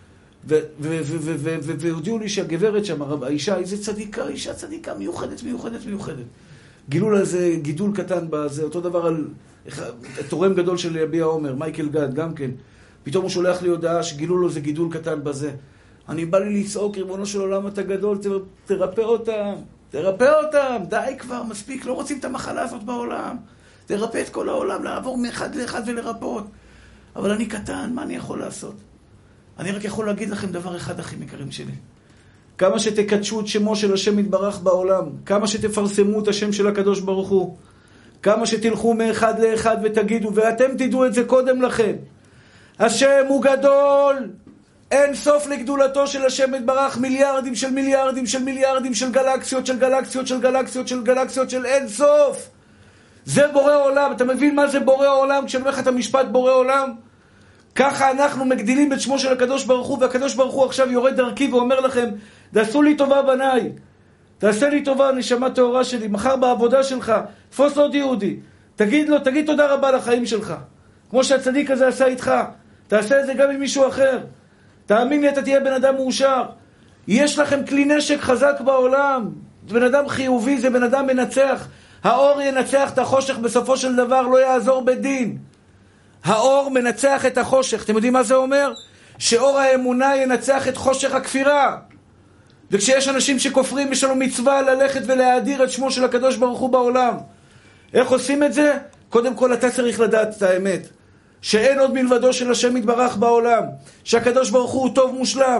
והודיעו לי שהגברת שם, האישה, איזה צדיקה, אישה צדיקה, מיוחדת. גילו לה איזה גידול קטן בזה, אותו דבר על תורם גדול של יביע עומר, מייקל גד, גם כן. פתאום הוא שולח לי הודעה שגילו לו איזה גידול קטן בזה. אני בא לי לצעוק, ריבונו של עולם אתה גדול, תרפא אותם, די כבר, מספיק, לא רוצים את המחלה הזאת בעולם. תרפא את כל העולם, לעבור מאחד לאחד ולרפאות. אבל אני קטן, מה אני יכול לעשות? אני רק יכול להגיד לכם דבר אחד, אחים יקרים שלי. כמה שתקדשו את שמו של השם יתברך בעולם, כמה שתפרסמו את השם של הקדוש ברוך הוא, כמה שתלכו מאחד לאחד ותגידו, ואתם תדעו את זה קודם לכם. השם הוא גדול, אין סוף לגדולתו של השם יתברך, מיליארדים של מיליארדים של מיליארדים של גלקסיות של גלקסיות של גלקסיות של גלקסיות של אין סוף. זה בורא עולם. אתה מבין מה זה בורא עולם? כשאני אומר לך את המשפט בורא עולם, ככה אנחנו מגדילים את שמו של הקדוש ברוך הוא, והקדוש ברוך הוא עכשיו יורד דרכי ואומר לכם, תעשו לי טובה בניי, תעשה לי טובה נשמה טהורה שלי, מחר בעבודה שלך, תפוס עוד יהודי, תגיד תודה רבה לחיים שלך, כמו שהצדיק הזה עשה איתך, תעשה את זה גם עם מישהו אחר, תאמין לי, אתה תהיה בן אדם מאושר. יש לכם כלי נשק חזק בעולם. זה בן אדם חיובי, זה בן אדם מנצח. האור ינצח את החושך בסופו של דבר, לא יעזור בדין. האור מנצח את החושך. אתם יודעים מה זה אומר? שאור האמונה ינצח את חושך הכפירה. וכשיש אנשים שכופרים, יש לנו מצווה ללכת ולהאדיר את שמו של הקדוש ברוך הוא בעולם. איך עושים את זה? קודם כל אתה צריך לדעת את האמת. שאין עוד מלבדו של השם יתברך בעולם. שהקדוש ברוך הוא טוב מושלם.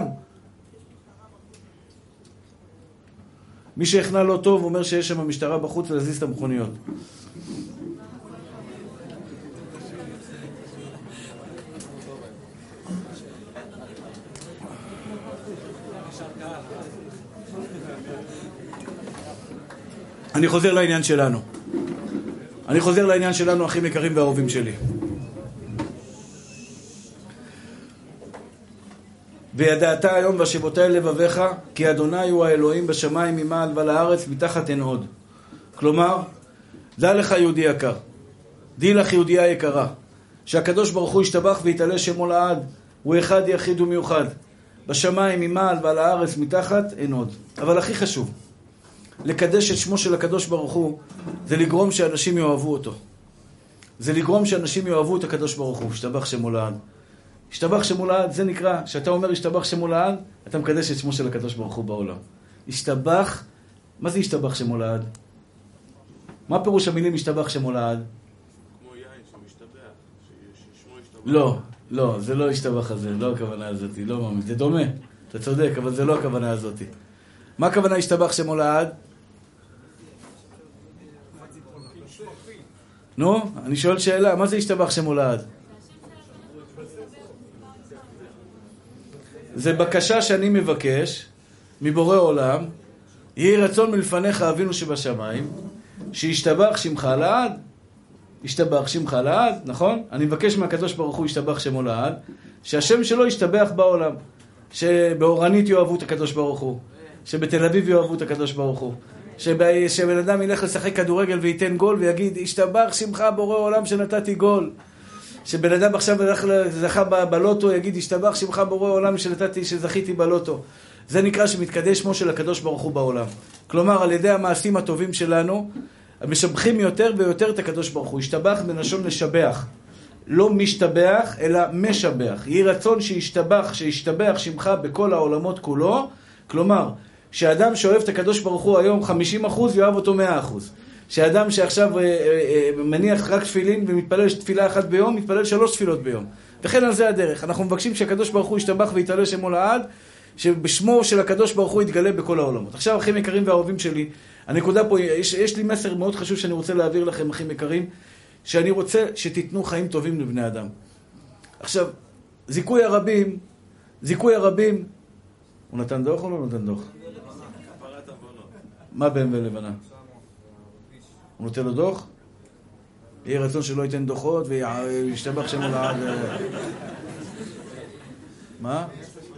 מי שהכנה לא טוב אומר שיש שם המשטרה בחוץ להזיז את המכוניות. אני חוזר לעניין שלנו, אחים יקרים ואהובים שלי. וידעת היום והשבותי אל לבביך, כי אדוני הוא האלוהים בשמיים ממעל ועל הארץ מתחת אין עוד. כלומר, דע לך יהודי יקר, דעי לך יהודייה יקרה, שהקדוש ברוך הוא ישתבח ויתעלה שמו לעד, הוא אחד יחיד ומיוחד. בשמיים ממעל ועל הארץ מתחת אין עוד. אבל הכי חשוב, לקדש את שמו של הקדוש ברוך הוא, זה לגרום שאנשים יאהבו אותו. זה לגרום שאנשים יאהבו את הקדוש ברוך הוא, ישתבח שמו לעד. ישתבח שמו לעד, זה נקרא, שאתה אומר ישתבח שמו לעד, אתה מקדש את שמו של הקדוש ברוך הוא בעולם. ישתבח, מה זה ישתבח שמו לעד? מה פירוש המילים ישתבח שמו לעד? כמו יין שמשתבח, ששמו ישתבח. לא, זה לא ישתבח הזה, לא הכוונה הזאת, לא מאמין, זה דומה, אתה צודק, אבל זה לא הכוונה הזאת. מה הכוונה ישתבח שמו לעד? נו, אני שואל שאלה, מה זה ישתבח שמו לעד? זה בקשה שאני מבקש מבורא עולם, יהי רצון מלפניך אבינו שבשמיים, שישתבח שמך לעד. ישתבח שמך לעד, נכון? אני מבקש מהקדוש ברוך הוא ישתבח שמו לעד, שהשם שלו ישתבח בעולם, שבאורנית יאהבו את הקדוש ברוך הוא, שבתל אביב יאהבו את הקדוש ברוך הוא, שבן אדם ילך לשחק כדורגל וייתן גול ויגיד ישתבח שמך בורא עולם שנתתי גול. שבן אדם עכשיו זכה בלוטו, יגיד ישתבח שמך בורא עולם שזכיתי בלוטו. זה נקרא שמתקדש שמו של הקדוש ברוך הוא בעולם. כלומר, על ידי המעשים הטובים שלנו, משבחים יותר ויותר את הקדוש ברוך הוא. ישתבח בלשון לשבח. לא משתבח, אלא משבח. יהי רצון שישתבח שמך בכל העולמות כולו. כלומר, שאדם שאוהב את הקדוש ברוך הוא היום 50%, יאהב אותו 100%. שאדם שעכשיו מניח רק תפילין ומתפלל תפילה אחת ביום, מתפלל 3 תפילות ביום. וכן על זה הדרך. אנחנו מבקשים שהקדוש ברוך הוא ישתבח ויתעלה שמו לעד, שבשמו של הקדוש ברוך הוא יתגלה בכל העולמות. עכשיו, אחים יקרים ואהובים שלי, הנקודה פה, יש לי מסר מאוד חשוב שאני רוצה להעביר לכם, אחים יקרים, שאני רוצה שתיתנו חיים טובים לבני אדם. עכשיו, זיכוי הרבים, הוא נתן דוח או לא נתן דוח? מה בהם ולבנה? הוא נותן לו דוח? יהיה רצון שלא ייתן דוחות וישתבח שמו לעד. מה?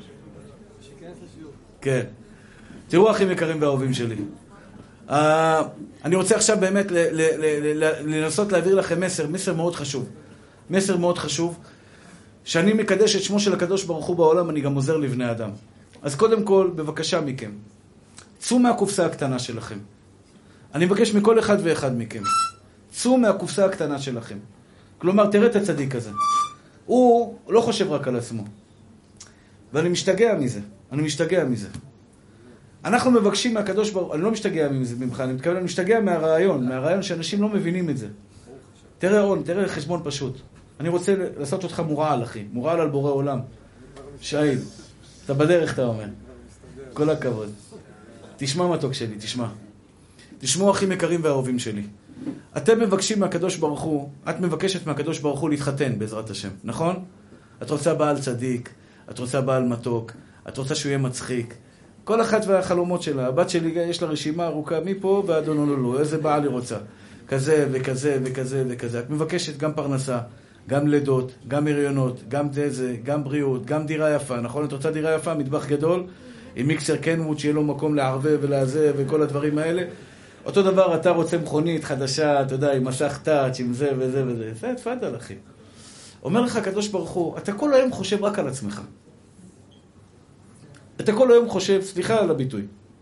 כן. תראו אחים יקרים ואהובים שלי. אני רוצה עכשיו באמת לנסות להעביר לכם מסר מאוד חשוב. מסר מאוד חשוב, שאני מקדש את שמו של הקדוש ברוך הוא בעולם, אני גם עוזר לבני אדם. אז קודם כל, בבקשה מכם, צאו מהקופסה הקטנה שלכם. אני מבקש מכל אחד ואחד מכם, צאו מהקופסה הקטנה שלכם. כלומר, תראה את הצדיק הזה. הוא לא חושב רק על עצמו. ואני משתגע מזה. אנחנו מבקשים מהקדוש ברוך הוא, אני לא משתגע ממך, אני מתכוון, אני משתגע מהרעיון שאנשים לא מבינים את זה. תראה חשבון פשוט. אני רוצה לעשות אותך מורעל, אחי. מורעל על בורא עולם. שהיד. אתה בדרך, אתה אומר. כל הכבוד. תשמע מתוק שלי, תשמע. תשמעו אחים יקרים ואהובים שלי. אתם מבקשים מהקדוש ברוך הוא, את מבקשת מהקדוש ברוך הוא להתחתן בעזרת השם, נכון? את רוצה בעל צדיק, את רוצה בעל מתוק, את רוצה שהוא יהיה מצחיק. כל אחת והחלומות שלה. הבת שלי יש לה רשימה ארוכה מפה ועד אונולולו. איזה בעל היא רוצה? כזה וכזה וכזה וכזה. את מבקשת גם פרנסה, גם לידות, גם הריונות, גם דזה, גם בריאות, גם דירה יפה. נכון? את רוצה דירה יפה, מטבח גדול, עם מיקסר קנווד שיהיה לו מקום לערבב ולעזה וכל הדברים האלה. אותו דבר, אתה רוצה מכונית חדשה, אתה יודע, עם מסך טאץ', עם זה וזה וזה. זה תפאדל, אחי. אומר לך הקדוש ברוך הוא, אתה כל היום חושב רק על עצמך. אתה כל היום חושב, סליחה על הביטוי,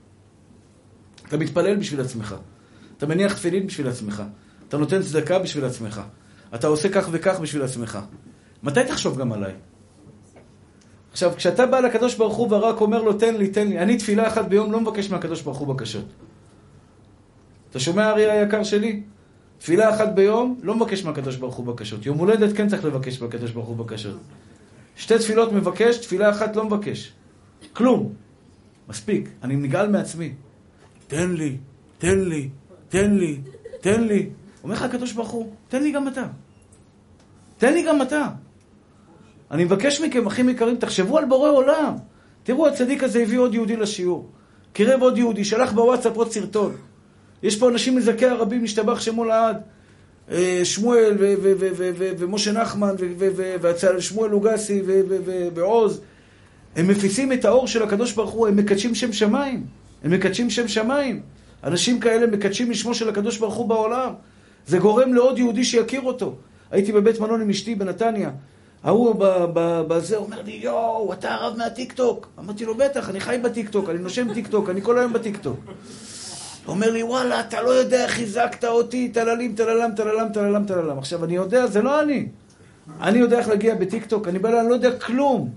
אתה מתפלל בשביל עצמך, אתה מניח תפילין בשביל עצמך, אתה נותן צדקה בשביל עצמך, אתה עושה כך וכך בשביל עצמך. מתי תחשוב גם עליי? עכשיו, כשאתה בא לקדוש ברוך הוא ורק אומר לו, תן לי, תן לי, אני תפילה אחת ביום לא מבקש מהקדוש ברוך הוא בקשות. אתה שומע, אריה היקר שלי? תפילה אחת ביום לא מבקש מהקדוש ברוך הוא בקשות. יום הולדת כן צריך לבקש מהקדוש ברוך הוא בקשות. 2 תפילות מבקש, תפילה אחת לא מבקש. כלום. מספיק. אני נגעל מעצמי. תן לי, תן לי, תן לי, תן לי. אומר לך הקדוש ברוך הוא, תן לי גם אתה. תן לי גם אתה. אני מבקש מכם, אחים יקרים, תחשבו על בורא עולם. תראו, הצדיק הזה הביא עוד יהודי לשיעור. קירב עוד יהודי, שלח בוואטסאפ עוד סרטון. יש פה אנשים מזכי הרבים, משתבח שמו לעד. שמואל ומשה נחמן ושמואל לוגסי ועוז. הם מפיצים את האור של הקדוש ברוך הוא, הם מקדשים שם שמיים. הם מקדשים שם שמיים. אנשים כאלה מקדשים משמו של הקדוש ברוך הוא בעולם. זה גורם לעוד יהודי שיכיר אותו. הייתי בבית מלון עם אשתי בנתניה. ההוא בזה אומר לי, יואו, אתה הרב מהטיקטוק. אמרתי לו, בטח, אני חי בטיקטוק, אני נושם טיקטוק, אני כל היום בטיקטוק. הוא אומר לי, וואלה, אתה לא יודע, חיזקת אותי, תללים, תללם, תללם, תללם, תללם. עכשיו, אני יודע, זה לא אני. אני יודע איך להגיע בטיקטוק, אני לא יודע כלום.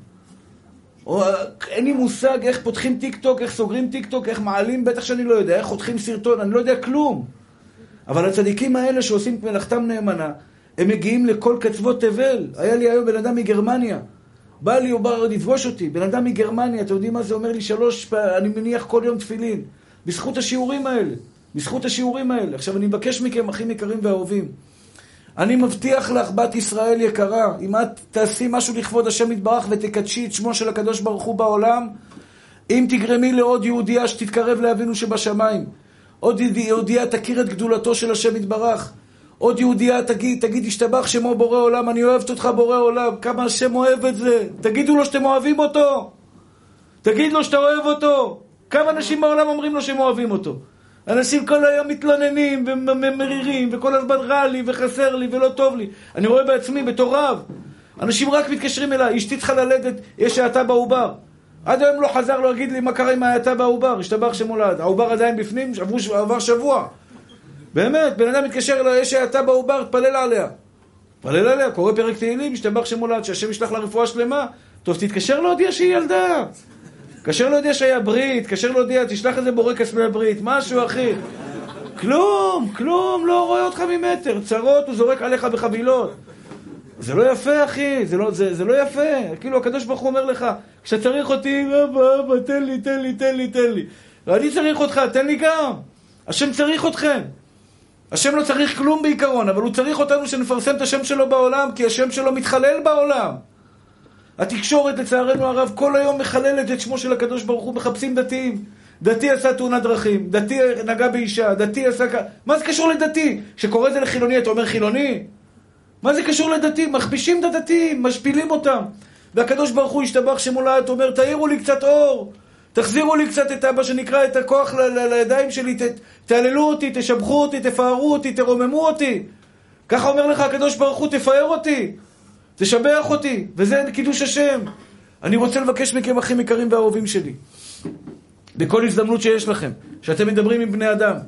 אין לי מושג איך פותחים טיקטוק, איך סוגרים טיקטוק, איך מעלים, בטח שאני לא יודע, איך חותכים סרטון, אני לא יודע כלום. אבל הצדיקים האלה שעושים את מלאכתם נאמנה, הם מגיעים לכל קצוות תבל. היה לי היום בן אדם מגרמניה. בא לי, הוא בא לפגוש אותי. בן אדם מגרמניה, אתם יודעים מה זה? אומר לי 3 פעמים, אני מניח כל יום תפילין. בזכות השיעורים האלה. בזכות השיעורים האלה. עכשיו אני מבקש מכם, אחים יקרים ואהובים. אני מבטיח לך, בת ישראל יקרה, אם את תעשי משהו לכבוד השם יתברך ותקדשי את שמו של הקדוש ברוך הוא בעולם, אם תגרמי לעוד יהודיה שתתקרב לאבינו שבשמיים, עוד יהודיה תכיר את גדולתו של השם יתברך, עוד יהודיה תגיד, השתבח שמו בורא עולם, אני אוהבת אותך בורא עולם, כמה השם אוהב את זה. תגידו לו שאתם אוהבים אותו. תגיד לו שאתה אוהב אותו. כמה אנשים בעולם אומרים לו שהם אוהבים אותו. אנשים כל היום מתלוננים ומרירים, וכל הזמן רע לי וחסר לי ולא טוב לי. אני רואה בעצמי בתור רב. אנשים רק מתקשרים אליי, אשתי צריכה ללדת, יש האטה בעובר. עד היום לא חזר לו להגיד לי מה קרה עם האטה בעובר, השתבח שמולד. העובר עדיין בפנים, עבר שבוע. באמת, בן אדם מתקשר אליי, יש האטה בעובר, תפלל עליה. תפלל עליה, קורא פרק תהילים, השתבח שמולד, שהשם ישלח לה רפואה שלמה. טוב, תתקשר להודיע שהיא ילדה. קשר להודיע שהיה ברית, קשר להודיע, תשלח איזה בורקס מהברית, משהו אחי. כלום, לא רואה אותך ממטר. צרות הוא זורק עליך בחבילות. זה לא יפה אחי, זה לא יפה. כאילו הקדוש ברוך הוא אומר לך, כשאתה צריך אותי, אבא, תן לי. ואני צריך אותך, תן לי גם. השם צריך אתכם. השם לא צריך כלום בעיקרון, אבל הוא צריך אותנו שנפרסם את השם שלו בעולם, כי השם שלו מתחלל בעולם. התקשורת לצערנו הרב כל היום מחללת את שמו של הקדוש ברוך הוא, מחפשים דתיים. דתי עשה תאונת דרכים, דתי נגע באישה, דתי עשה... מה זה קשור לדתי? כשקורא זה לחילוני, אתה אומר חילוני? מה זה קשור לדתי? מכפישים את הדתיים, משפילים אותם. והקדוש ברוך הוא השתבח שמולד, אומר, תאירו לי קצת אור, תחזירו לי קצת את אבא שנקרא את הכוח לידיים שלי, תעללו אותי, תשבחו אותי, תפארו אותי, תרוממו אותי. ככה אומר לך הקדוש ברוך הוא, תפאר אותי. תשבח אותי, וזה קידוש השם. אני רוצה לבקש מכם, אחים יקרים ואהובים שלי, בכל הזדמנות שיש לכם, שאתם מדברים עם בני אדם,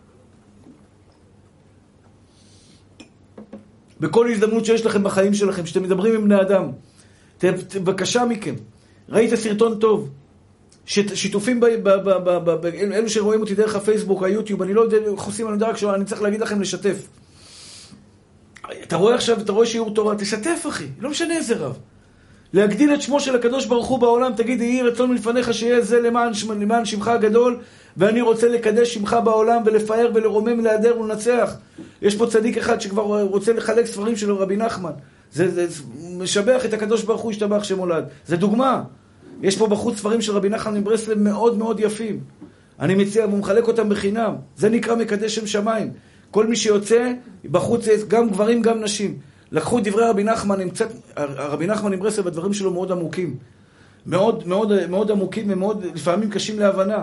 בכל הזדמנות שיש לכם בחיים שלכם, שאתם מדברים עם בני אדם, בבקשה מכם, ראית סרטון טוב, שיתופים אלו שרואים אותי דרך הפייסבוק, היוטיוב, אני לא יודע איך עושים, אני צריך להגיד לכם לשתף. אתה רואה עכשיו, אתה רואה שיעור תורה, תשתף אחי, לא משנה איזה רב. להגדיל את שמו של הקדוש ברוך הוא בעולם, תגיד, יהי רצון מלפניך שיהיה זה למען שמך הגדול, ואני רוצה לקדש שמך בעולם ולפאר ולרומם, להדר ולנצח. יש פה צדיק אחד שכבר רוצה לחלק ספרים של רבי נחמן. זה משבח את הקדוש ברוך הוא, השתבח שמולד. זה דוגמה. יש פה בחוץ ספרים של רבי נחמן מברסלב מאוד מאוד יפים. אני מציע, הוא מחלק אותם בחינם. זה נקרא מקדש שם שמיים. כל מי שיוצא, בחוץ, גם גברים, גם נשים. לקחו את דברי רבי נחמן, רבי נחמן עם ברסלב, הדברים שלו מאוד עמוקים. מאוד, מאוד, מאוד עמוקים ומאוד, לפעמים קשים להבנה.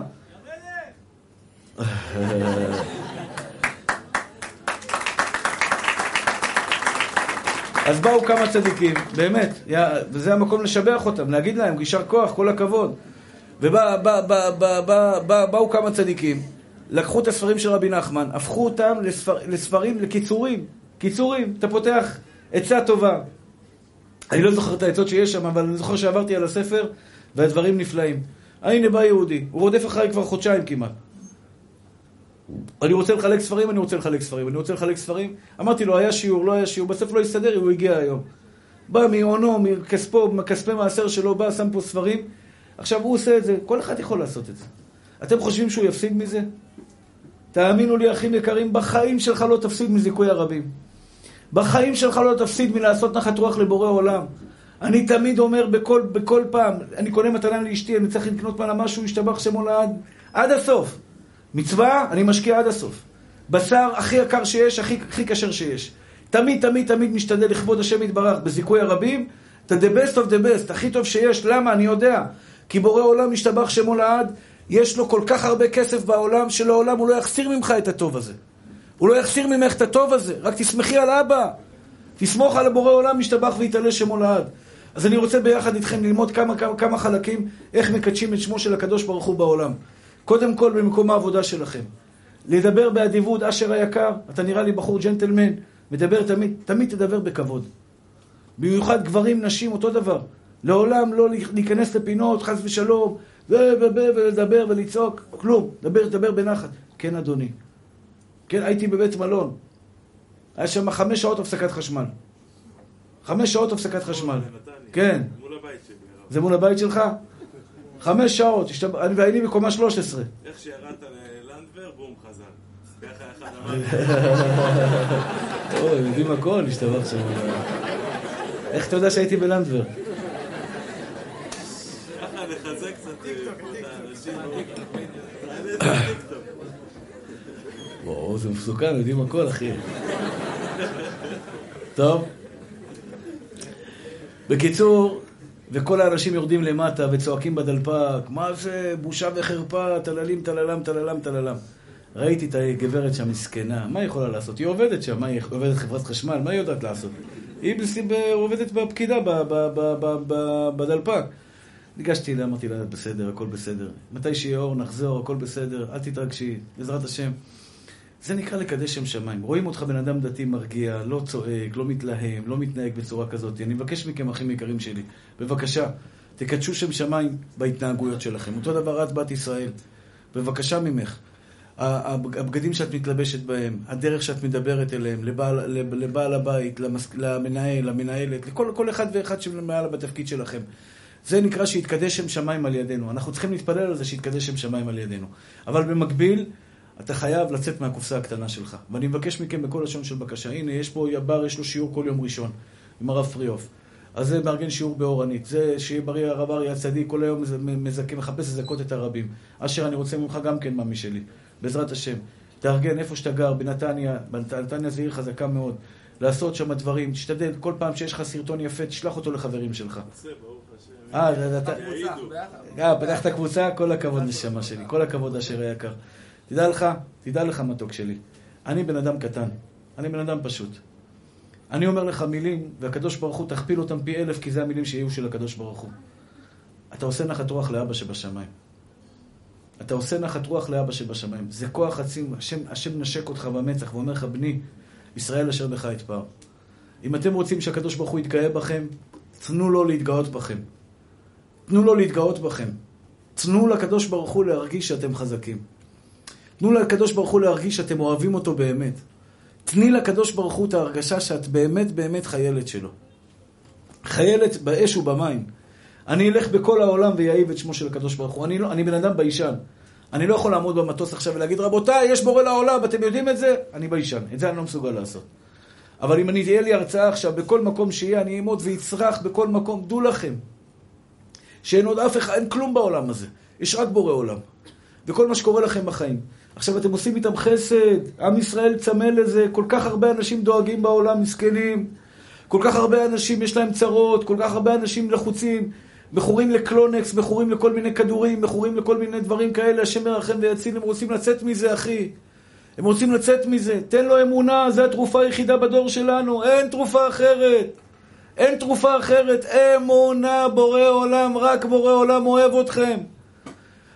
אז באו כמה צדיקים, באמת, וזה המקום לשבח אותם, להגיד להם, יישר כוח, כל הכבוד. ובאו כמה צדיקים, לקחו את הספרים של רבי נחמן, הפכו אותם לספרים, לקיצורים. קיצורים, אתה פותח עצה טובה. אני לא זוכר את העצות שיש שם, אבל אני זוכר שעברתי על הספר, והדברים נפלאים. הנה בא יהודי, הוא רודף אחרי כבר חודשיים כמעט. אני רוצה לחלק ספרים. אמרתי לו, היה שיעור, לא היה שיעור, בסוף לא יסתדר, הוא הגיע היום. בא מעונו, מכספי מעשר שלו, בא, שם פה ספרים. עכשיו הוא עושה את זה, כל אחד יכול לעשות את זה. אתם חושבים שהוא יפסיד מזה? תאמינו לי, אחים יקרים, בחיים שלך לא תפסיד מזיכוי הרבים. בחיים שלך לא תפסיד מלעשות נחת רוח לבורא עולם. אני תמיד אומר בכל פעם, אני קונה מתנה לאשתי, אני צריך לקנות לה משהו, ישתבח שמו עד הסוף. מצווה, אני משקיע עד הסוף. בשר הכי יקר שיש, הכי כשר שיש. תמיד משתדל לכבוד השם יתברך בזיכוי הרבים, אתה the best of the best, הכי טוב שיש. למה? אני יודע. כי בורא עולם ישתבח שמו לעד, יש לו כל כך הרבה כסף בעולם, שלעולם הוא לא יחסיר ממך את הטוב הזה. הוא לא יחסיר ממך את הטוב הזה. רק תסמכי על אבא. תסמוך על הבורא עולם, ישתבח ויתעלה שמו לעד. אז אני רוצה ביחד איתכם ללמוד כמה חלקים, איך מקדשים את שמו של הקדוש ברוך הוא בעולם. קודם כל במקום העבודה שלכם. לדבר באדיבות, אשר היקר, אתה נראה לי בחור ג'נטלמן, מדבר תמיד תדבר בכבוד. במיוחד גברים, נשים, אותו דבר. לעולם לא להיכנס לפינות, חס ושלום, ולדבר ולצעוק, כלום. דבר בנחת. כן, אדוני. כן, הייתי בבית מלון. היה שם 5 שעות הפסקת חשמל. 5 שעות הפסקת חשמל. כן. מול הבית שלי. זה מול הבית שלך? 5 שעות. והייתי בקומה 13. איך שירדת ללנדבר, בום, חזר. ככה אחד אמר. אוי, יודעים הכל, השתבח שם. איך אתה יודע שהייתי בלנדבר? ככה לחזק קצת את האנשים. וואו, זה מסוכן, יודעים הכל, אחי. טוב. בקיצור, וכל האנשים יורדים למטה וצועקים בדלפק, מה זה בושה וחרפה, תללם. ראיתי את הגברת שם מסכנה, מה היא יכולה לעשות? היא עובדת שם, היא עובדת חברת חשמל, מה היא יודעת לעשות? היא עובדת בפקידה, בדלפק. ניגשתי לה, אמרתי לה, בסדר, הכל בסדר. מתי שיהיה אור, נחזור, הכל בסדר, אל תתרגשי, בעזרת השם. זה נקרא לקדש שם שמיים. רואים אותך בן אדם דתי מרגיע, לא צועק, לא מתלהם, לא מתנהג בצורה כזאת. אני מבקש מכם, אחים יקרים שלי, בבקשה, תקדשו שם שמיים בהתנהגויות שלכם. אותו דבר את בת ישראל. בבקשה ממך. הבגדים שאת מתלבשת בהם, הדרך שאת מדברת אליהם, לבעל הבית, למנהל, למנהלת, לכל אחד ואחד שמעלה בתפקיד שלכם. זה נקרא שיתקדש שם שמיים על ידינו. אנחנו צריכים להתפלל על זה שיתקדש שם שמיים על ידינו. אבל במקביל, אתה חייב לצאת מהקופסה הקטנה שלך. ואני מבקש מכם בכל לשון של בקשה. הנה, יש פה בר, יש לו שיעור כל יום ראשון, עם הרב פריאוף. אז זה מארגן שיעור באורנית. זה שיהיה בריא הרב אריה הצדיק, כל היום מזכה, מחפש לזכות את הרבים. אשר אני רוצה ממך גם כן ממי שלי. בעזרת השם. תארגן איפה שאתה גר, בנתניה. בנתניה זה עיר חזקה מאוד. לעשות שם דברים. תשתדל, כל פעם שיש לך סרטון יפה, תשלח אותו לחברים שלך. פתחת קבוצה, כל הכבוד נשמה שלי, כל הכבוד אשר היקר. תדע לך מתוק שלי, אני בן אדם קטן, אני בן אדם פשוט. אני אומר לך מילים, והקדוש ברוך הוא תכפיל אותם פי 1000, כי זה המילים שיהיו של הקדוש ברוך הוא. אתה עושה נחת רוח לאבא שבשמיים. אתה עושה נחת רוח לאבא שבשמיים. זה כוח עצים, השם נשק אותך במצח ואומר לך, בני, ישראל אשר בך יתפאר. אם אתם רוצים שהקדוש ברוך הוא יתגאה בכם, תנו לו להתגאות בכם. תנו לו להתגאות בכם. תנו לקדוש ברוך הוא להרגיש שאתם חזקים. תנו לקדוש ברוך הוא להרגיש שאתם אוהבים אותו באמת. תני לקדוש ברוך הוא את ההרגשה שאת באמת באמת חיילת שלו. חיילת באש ובמים. אני אלך בכל העולם ויעיב את שמו של הקדוש ברוך הוא. אני בן אדם ביישן. אני לא יכול לעמוד במטוס עכשיו ולהגיד, רבותיי, יש בורא לעולם, אתם יודעים את זה? אני ביישן. את זה אני לא מסוגל לעשות. אבל אם תהיה לי הרצאה עכשיו, בכל מקום שיהיה, אני אעמוד ויצרח בכל מקום. דעו לכם, שאין עוד אף אחד, אין כלום בעולם הזה. יש רק בורא עולם. וכל מה שקורה לכם בחיים. עכשיו אתם עושים איתם חסד, עם ישראל צמא לזה, כל כך הרבה אנשים דואגים בעולם, מסכנים, כל כך הרבה אנשים יש להם צרות, כל כך הרבה אנשים לחוצים, מכורים לקלונקס, מכורים לכל מיני כדורים, מכורים לכל מיני דברים כאלה, השם מרחם ויציל, הם רוצים לצאת מזה, אחי. הם רוצים לצאת מזה, תן לו אמונה, זה התרופה היחידה בדור שלנו, אין תרופה אחרת. אין תרופה אחרת, אמונה, בורא עולם, רק בורא עולם אוהב אתכם.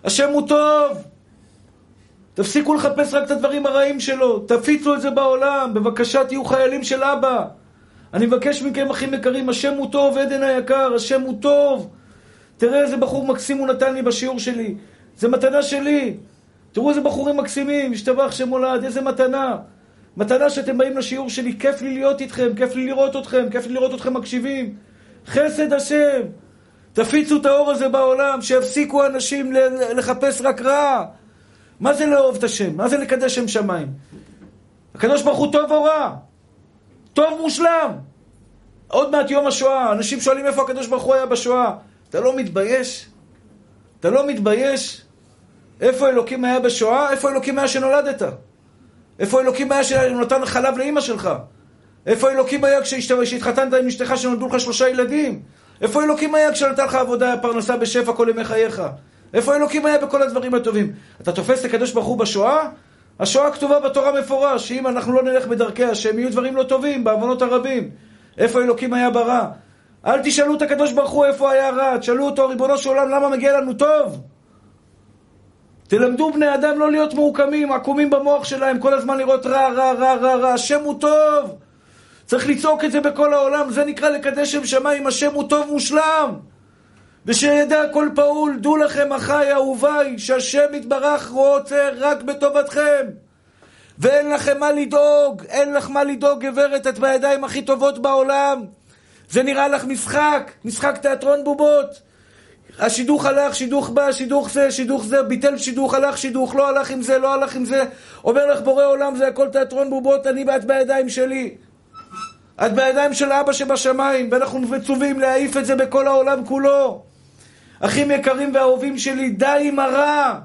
השם הוא טוב. תפסיקו לחפש רק את הדברים הרעים שלו. תפיצו את זה בעולם. בבקשה תהיו חיילים של אבא. אני מבקש מכם אחים יקרים, השם הוא טוב, עדן היקר, השם הוא טוב. תראה איזה בחור מקסים הוא נתן לי בשיעור שלי. זה מתנה שלי. תראו איזה בחורים מקסימים, השתבח שמולד, איזה מתנה. מתנה שאתם באים לשיעור שלי, כיף לי להיות איתכם, כיף לי לראות אתכם, כיף לי לראות אתכם מקשיבים. חסד השם. תפיצו את האור הזה בעולם, שיפסיקו אנשים לחפש רק רע. מה זה לאהוב את השם? מה זה לקדש שם שמיים? הקדוש ברוך הוא טוב או רע? טוב מושלם. עוד מעט יום השואה, אנשים שואלים איפה הקדוש ברוך הוא היה בשואה. אתה לא מתבייש? אתה לא מתבייש? איפה אלוקים היה בשואה? איפה אלוקים היה שנולדת? איפה אלוקים היה שנתן חלב לאמא שלך? איפה אלוקים היה כשהתחתנת עם אשתך שנולדו לך 3 ילדים? איפה אלוקים היה כשנתן לך עבודה, פרנסה בשפע כל ימי חייך? איפה אלוקים היה בכל הדברים הטובים? אתה תופס את הקדוש ברוך הוא בשואה? השואה כתובה בתורה מפורש, שאם אנחנו לא נלך בדרכי השם, יהיו דברים לא טובים, בעוונות הרבים. איפה אלוקים היה ברע? אל תשאלו את הקדוש ברוך הוא איפה היה רע, תשאלו אותו, ריבונו של עולם, למה מגיע לנו טוב? תלמדו בני אדם לא להיות מעוקמים, עקומים במוח שלהם, כל הזמן לראות רע, רע, רע, רע, רע, השם הוא טוב. צריך לצעוק את זה בכל העולם, זה נקרא לקדש שם שמיים, השם הוא טוב מושלם. ושידע כל פעול, דעו לכם אחי אהוביי, שהשם יתברך רוצה רק בטובתכם. ואין לכם מה לדאוג, אין לך מה לדאוג גברת, את בידיים הכי טובות בעולם. זה נראה לך משחק, משחק תיאטרון בובות. השידוך הלך, שידוך בא, שידוך זה, ביטל שידוך, הלך שידוך, לא הלך עם זה, לא הלך עם זה. אומר לך בורא עולם, זה הכל תיאטרון בובות, את בידיים שלי. את בידיים של אבא שבשמיים, ואנחנו מצווים להעיף את זה בכל העולם כולו. אחים יקרים ואהובים שלי, די עם הרע.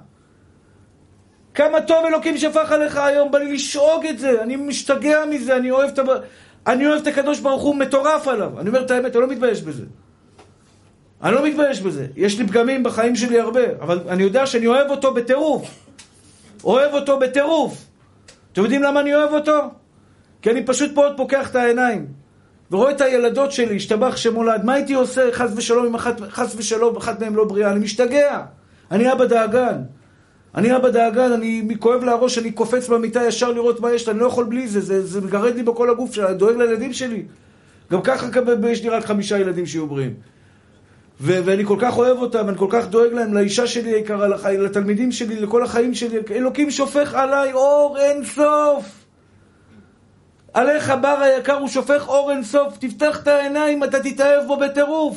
כמה טוב אלוקים שפך עליך היום, בא לי לשאוג את זה, אני משתגע מזה, אני אוהב את הקדוש ברוך הוא, מטורף עליו. אני אומר את האמת, אני לא מתבייש בזה. אני לא מתבייש בזה. יש לי פגמים בחיים שלי הרבה, אבל אני יודע שאני אוהב אותו בטירוף. אוהב אותו בטירוף. אתם יודעים למה אני אוהב אותו? כי אני פשוט פה עוד פוקח את העיניים. ורואה את הילדות שלי, השתבח שמולד. מה הייתי עושה חס ושלום, אחת מהם לא בריאה? אני משתגע. אני אבא דאגן. אני כואב להראש, אני קופץ במיטה ישר לראות מה יש. אני לא יכול בלי זה. זה מגרד לי בכל הגוף שלי. אני דואג לילדים שלי. גם ככה יש לי רק 5 ילדים שיהיו בריאים. ואני כל כך אוהב אותם, אני כל כך דואג להם, לאישה שלי היקרה, לתלמידים שלי, לכל החיים שלי. אלוקים שופך עליי אור אין סוף. עליך בר היקר הוא שופך אור אין סוף. תפתח את העיניים, אתה תתאהב בו בטירוף.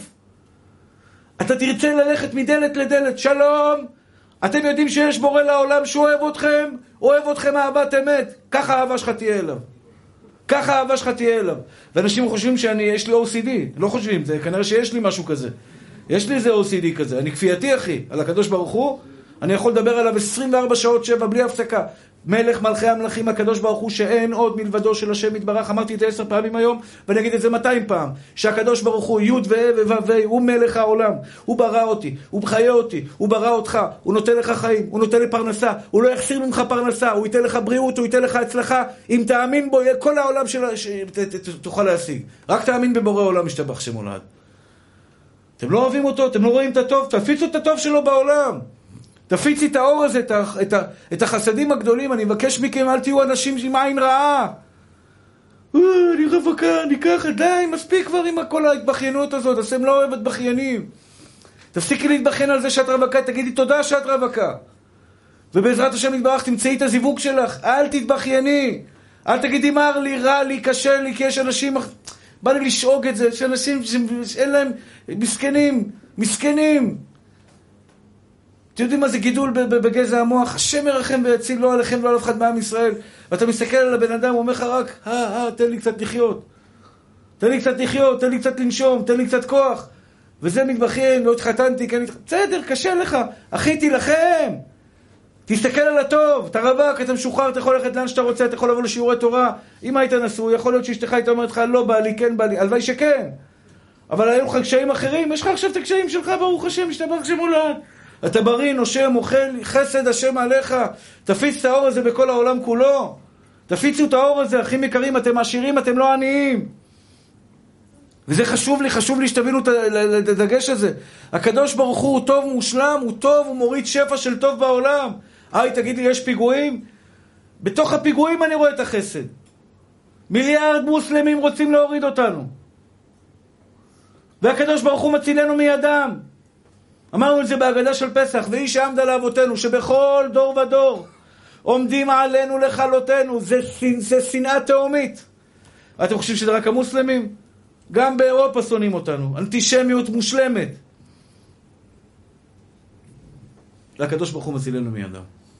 אתה תרצה ללכת מדלת לדלת. שלום. אתם יודעים שיש בורא לעולם שהוא אוהב אתכם אהבת אמת. ככה האהבה שלך תהיה אליו. ככה האהבה שלך תהיה אליו. ואנשים חושבים יש לי OCD. לא חושבים, זה כנראה שיש לי משהו כזה. יש לי איזה OCD כזה. אני כפייתי אחי, על הקדוש ברוך הוא. אני יכול לדבר עליו 24 שעות 7 בלי הפסקה. מלך מלכי המלכים הקדוש ברוך הוא שאין עוד מלבדו של השם יתברך. אמרתי את זה 10 פעמים היום ואני אגיד את זה 200 פעם. שהקדוש ברוך הוא י' וו' הוא מלך העולם. הוא ברא אותי, הוא מחיה אותי, הוא ברא אותך, הוא נותן לך חיים, הוא נותן לי פרנסה, הוא לא יחסיר ממך פרנסה, הוא ייתן לך בריאות, הוא ייתן לך הצלחה. אם תאמין בו, כל העולם תוכל להשיג. רק תאמין בבורא עולם ישתבח שמולד. אתם לא אוהבים אותו, אתם לא רואים את הטוב, תפיצו את הטוב שלו בעולם. תפיצי את האור הזה, את החסדים הגדולים. אני מבקש מכם, אל תהיו אנשים עם עין רעה. אני רווקה, אני ככה, די, מספיק כבר עם כל ההתבחיינות הזאת, אז הם לא אוהבת בחיינים. תפסיקי להתבחיין על זה שאת רווקה, תגידי תודה שאת רווקה. ובעזרת השם יתברך תמצאי את הזיווג שלך, אל תתבחייני. אל תגידי מר לי, רע לי, קשה לי, כי יש אנשים, בא לי לשאוג את זה, יש אנשים שאין להם, מסכנים. אתם יודעים מה זה גידול בגזע המוח? השם ירחם ויציל לא עליכם ולא על אף אחד מעם ישראל. ואתה מסתכל על הבן אדם, הוא אומר לך רק, תן לי קצת לחיות. תן לי קצת לנשום, תן לי קצת כוח. וזה מתבכיין, לא התחתנתי, בסדר, קשה לך. אחי, תילחם. תסתכל על הטוב, אתה רווק, אתה משוחרר, אתה יכול ללכת לאן שאתה רוצה, אתה יכול לבוא לשיעורי תורה. אם היית נשוי, יכול להיות שאשתך הייתה אומרת לך, לא בא לי, כן בא לי, הלוואי שכן. אבל היו לך קשיים אחרים, יש לך עכשיו את הקשיים שלך, ברוך השם, ישתבח שמולד. אתה בריא, נושם, אוכל, חסד השם עליך. תפיץ את האור הזה בכל העולם כולו. תפיצו את האור הזה, אחים יקרים, אתם עשירים, אתם לא עניים. וזה חשוב לי שתבינו את הדגש הזה. הקדוש ברוך הוא טוב, מושלם, הוא טוב, הוא מוריד שפע של טוב בעולם. תגיד לי, יש פיגועים? בתוך הפיגועים אני רואה את החסד. מיליארד מוסלמים רוצים להוריד אותנו. והקדוש ברוך הוא מצילנו מידם. אמרנו את זה בהגדה של פסח, והיא שעמדה לאבותינו, שבכל דור ודור עומדים עלינו לכלותנו. זה שנאה תאומית. אתם חושבים שזה רק המוסלמים? גם באירופה שונאים אותנו. אנטישמיות מושלמת. והקדוש ברוך הוא מצילנו מידם.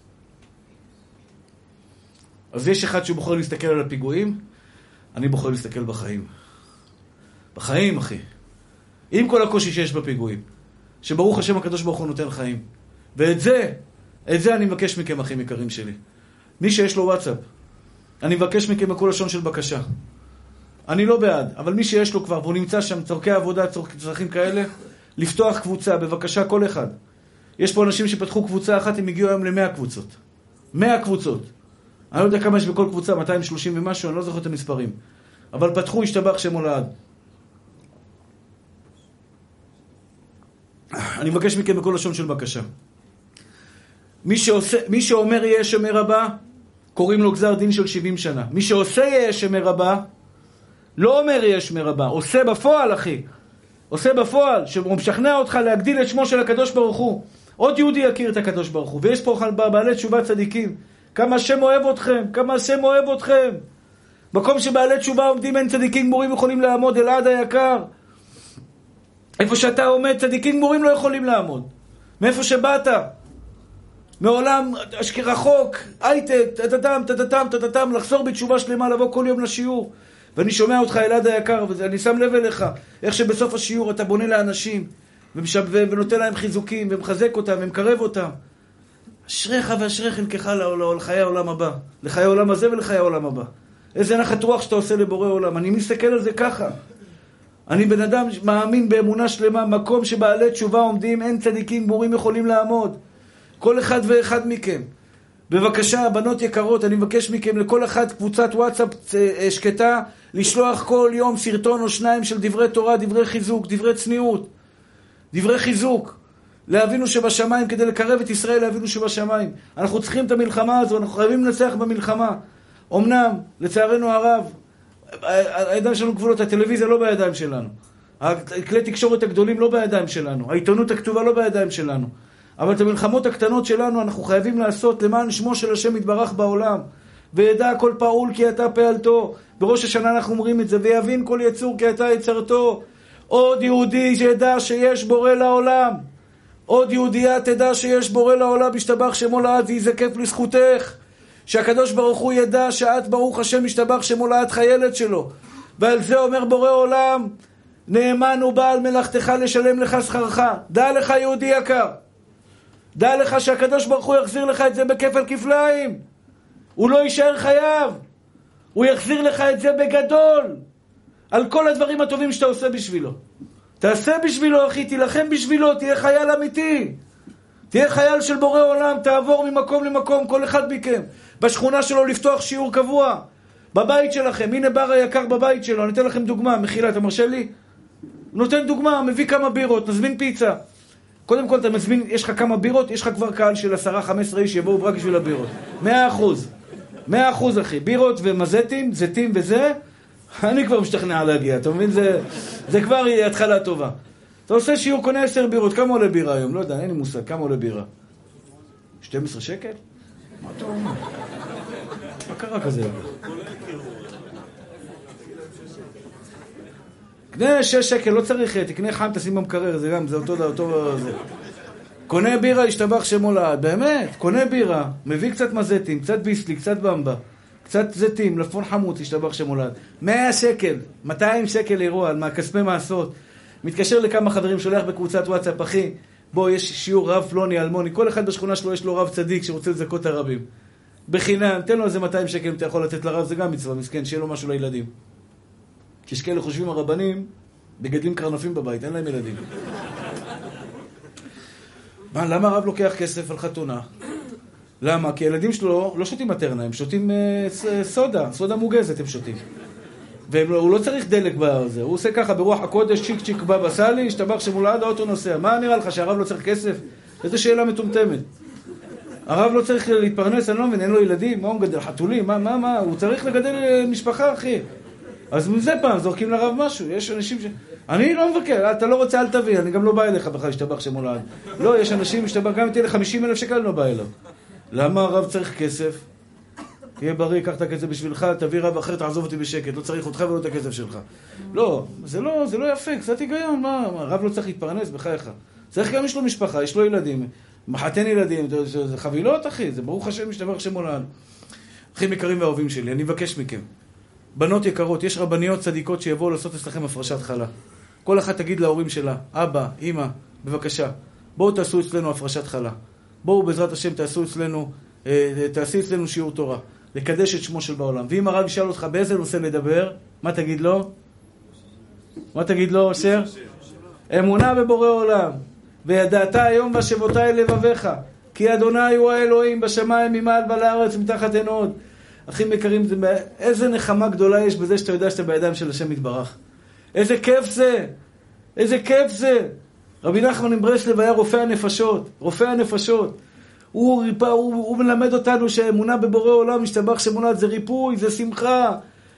אז יש אחד שהוא בוחר להסתכל על הפיגועים, אני בוחר להסתכל בחיים. בחיים, אחי. עם כל הקושי שיש בפיגועים. שברוך השם הקדוש ברוך הוא נותן חיים. ואת זה אני מבקש מכם, אחים יקרים שלי. מי שיש לו וואטסאפ, אני מבקש מכם בכל לשון של בקשה. אני לא בעד, אבל מי שיש לו כבר, והוא נמצא שם, צורכי עבודה, צרכים כאלה, לפתוח קבוצה, בבקשה, כל אחד. יש פה אנשים שפתחו קבוצה אחת, הם הגיעו היום ל100 קבוצות. 100 קבוצות. אני לא יודע כמה יש בכל קבוצה, 230 ומשהו, אני לא זוכר את המספרים. אבל פתחו, השתבח שם הולד. אני מבקש מכם בכל לשון של בקשה. מי שאומר יהיה שמר הבא, קוראים לו גזר דין של 70 שנה. מי שעושה יהיה שמר הבא, לא אומר יהיה שמר הבא, עושה בפועל, אחי. עושה בפועל, שהוא משכנע אותך להגדיל את שמו של הקדוש ברוך הוא. עוד יהודי יכיר את הקדוש ברוך הוא. ויש פה בעלי תשובה צדיקים. כמה השם אוהב אתכם, כמה השם אוהב אתכם. מקום שבעלי תשובה עומדים, אין צדיקים גמורים יכולים לעמוד, אלעד היקר. איפה שאתה עומד, צדיקים גמורים לא יכולים לעמוד. מאיפה שבאת? מעולם רחוק, הייטק, תתתם, לחזור בתשובה שלמה, לבוא כל יום לשיעור. ואני שומע אותך, אלעד היקר, ואני שם לב אליך, איך שבסוף השיעור אתה בונה לאנשים, ונותן להם חיזוקים, ומחזק אותם, ומקרב אותם. אשריך ואשריך חלקך לחיי העולם הבא. לחיי העולם הזה ולחיי העולם הבא. איזה נחת רוח שאתה עושה לבורא עולם. אני מסתכל על זה ככה. אני בן אדם מאמין באמונה שלמה, מקום שבעלי תשובה עומדים, אין צדיקים גמורים יכולים לעמוד. כל אחד ואחד מכם. בבקשה, בנות יקרות, אני מבקש מכם לכל אחד קבוצת וואטסאפ שקטה, לשלוח כל יום סרטון או שניים של דברי תורה, דברי חיזוק, דברי צניעות, דברי חיזוק. להבינו שבשמיים, כדי לקרב את ישראל להבינו שבשמיים. אנחנו צריכים את המלחמה הזו, אנחנו חייבים לנצח במלחמה. אמנם, לצערנו הרב, הידיים שלנו גבולות, הטלוויזיה לא בידיים שלנו. כלי תקשורת הגדולים לא בידיים שלנו. העיתונות הכתובה לא בידיים שלנו. אבל את המלחמות הקטנות שלנו אנחנו חייבים לעשות למען שמו של השם יתברך בעולם. וידע כל פעול כי אתה פעלתו. בראש השנה אנחנו אומרים את זה. ויבין כל יצור כי אתה יצרתו. עוד יהודי שידע שיש בורא לעולם. עוד יהודייה תדע שיש בורא לעולם, משתבח שמו לעד, ויזקף לזכותך. שהקדוש ברוך הוא ידע שאת ברוך השם משתבח שמו לעד חיילת שלו. ועל זה אומר בורא עולם, נאמן הוא בעל מלאכתך לשלם לך שכרך. דע לך יהודי יקר. דע לך שהקדוש ברוך הוא יחזיר לך את זה בכפל כפליים. הוא לא יישאר חייב. הוא יחזיר לך את זה בגדול. על כל הדברים הטובים שאתה עושה בשבילו. תעשה בשבילו, אחי, תילחם בשבילו, תהיה חייל אמיתי. תהיה חייל של בורא עולם, תעבור ממקום למקום, כל אחד מכם. בשכונה שלו לפתוח שיעור קבוע. בבית שלכם, הנה בר היקר בבית שלו, אני אתן לכם דוגמה, מחילה, אתה מרשה לי? נותן דוגמה, מביא כמה בירות, נזמין פיצה. קודם כל אתה מזמין, יש לך כמה בירות, יש לך כבר קהל של 10-15 איש שיבואו רק בשביל הבירות. 100%. 100% אחי, בירות ומזטים, זיתים וזה, אני כבר משתכנע להגיע, אתה מבין? זה כבר התחלה טובה. אתה עושה שיעור, קונה 10 בירות, כמה עולה בירה היום? לא יודע, אין לי מושג, כמה עולה בירה? 12 שקל? מה אתה אומר? מה קרה כזה? קנה 6 שקל, לא צריך, תקנה חם, תשים במקרר, זה גם, זה אותו זה. קונה בירה, השתבח שמו לעד, באמת, קונה בירה, מביא קצת מזטים, קצת ביסלי, קצת במבה, קצת זיתים, לפון חמוץ, השתבח שמו לעד. 100 שקל, 200 שקל אירוע, על כספי מעשות. מתקשר לכמה חברים, שולח בקבוצת וואטסאפ, אחי, בוא, יש שיעור רב פלוני, אלמוני, כל אחד בשכונה שלו יש לו רב צדיק שרוצה לזכות הרבים. בחינם, תן לו איזה 200 שקל אם אתה יכול לתת לרב, זה גם מצווה, מסכן, שיהיה לו משהו לילדים. יש כאלה חושבים הרבנים, בגדלים קרנפים בבית, אין להם ילדים. למה הרב לוקח כסף על חתונה? למה? כי הילדים שלו לא שותים מטרנה, הם שותים סודה מוגזת הם שותים. והוא לא צריך דלק בזה, הוא עושה ככה ברוח הקודש, צ'יק צ'יק בא בסלי, השתבח שמולד, האוטו נוסע. מה נראה לך, שהרב לא צריך כסף? איזו שאלה מטומטמת. הרב לא צריך להתפרנס, אני לא מבין, אין לו ילדים, מה הוא מגדל? חתולים, מה? הוא צריך לגדל משפחה, אחי. אז מזה פעם זורקים לרב משהו, יש אנשים אני לא מבקר, אתה לא רוצה, אל תביא, אני גם לא בא אליך בכלל, השתבח שמולד. לא, יש אנשים, השתבח, גם אם תהיה ל50,000 שקל, אני לא בא אליו. למה הרב צריך כסף? תהיה בריא, קח את הכסף בשבילך, תביא רב אחר, תעזוב אותי בשקט, לא צריך אותך ולא את הכסף שלך. לא, זה לא יפה, קצת היגיון, מה, הרב לא צריך להתפרנס בחייך. צריך גם יש לו משפחה, יש לו ילדים, מחתן ילדים, זה חבילות, אחי, זה ברוך השם, השתבח שמולד. אחים יקרים ואהובים שלי, אני מבקש מכם. בנות יקרות, יש רבניות צדיקות שיבואו לעשות אצלכם הפרשת חלה. כל אחת תגיד להורים שלה, אבא, אמא, בבקשה, בואו תעשו אצלנו הפרשת חלה. בואו בעזרת השם תעשי אצלנו שיעור תורה. לקדש את שמו של בעולם. ואם הרב ישאל אותך באיזה נושא לדבר, מה תגיד לו? מה תגיד לו, אשר? אמונה בבורא עולם. וידעת היום והשבותי לבביך. כי אדוני הוא האלוהים בשמיים ממעל ועל הארץ מתחת אין עוד. אחים יקרים, איזה נחמה גדולה יש בזה שאתה יודע שאתה בידיים של השם יתברך. איזה כיף זה! איזה כיף זה! רבי נחמן מברסלב היה רופא הנפשות. רופא הנפשות. הוא מלמד אותנו שהאמונה בבורא עולם, משתבח שמולד, זה ריפוי, זה שמחה.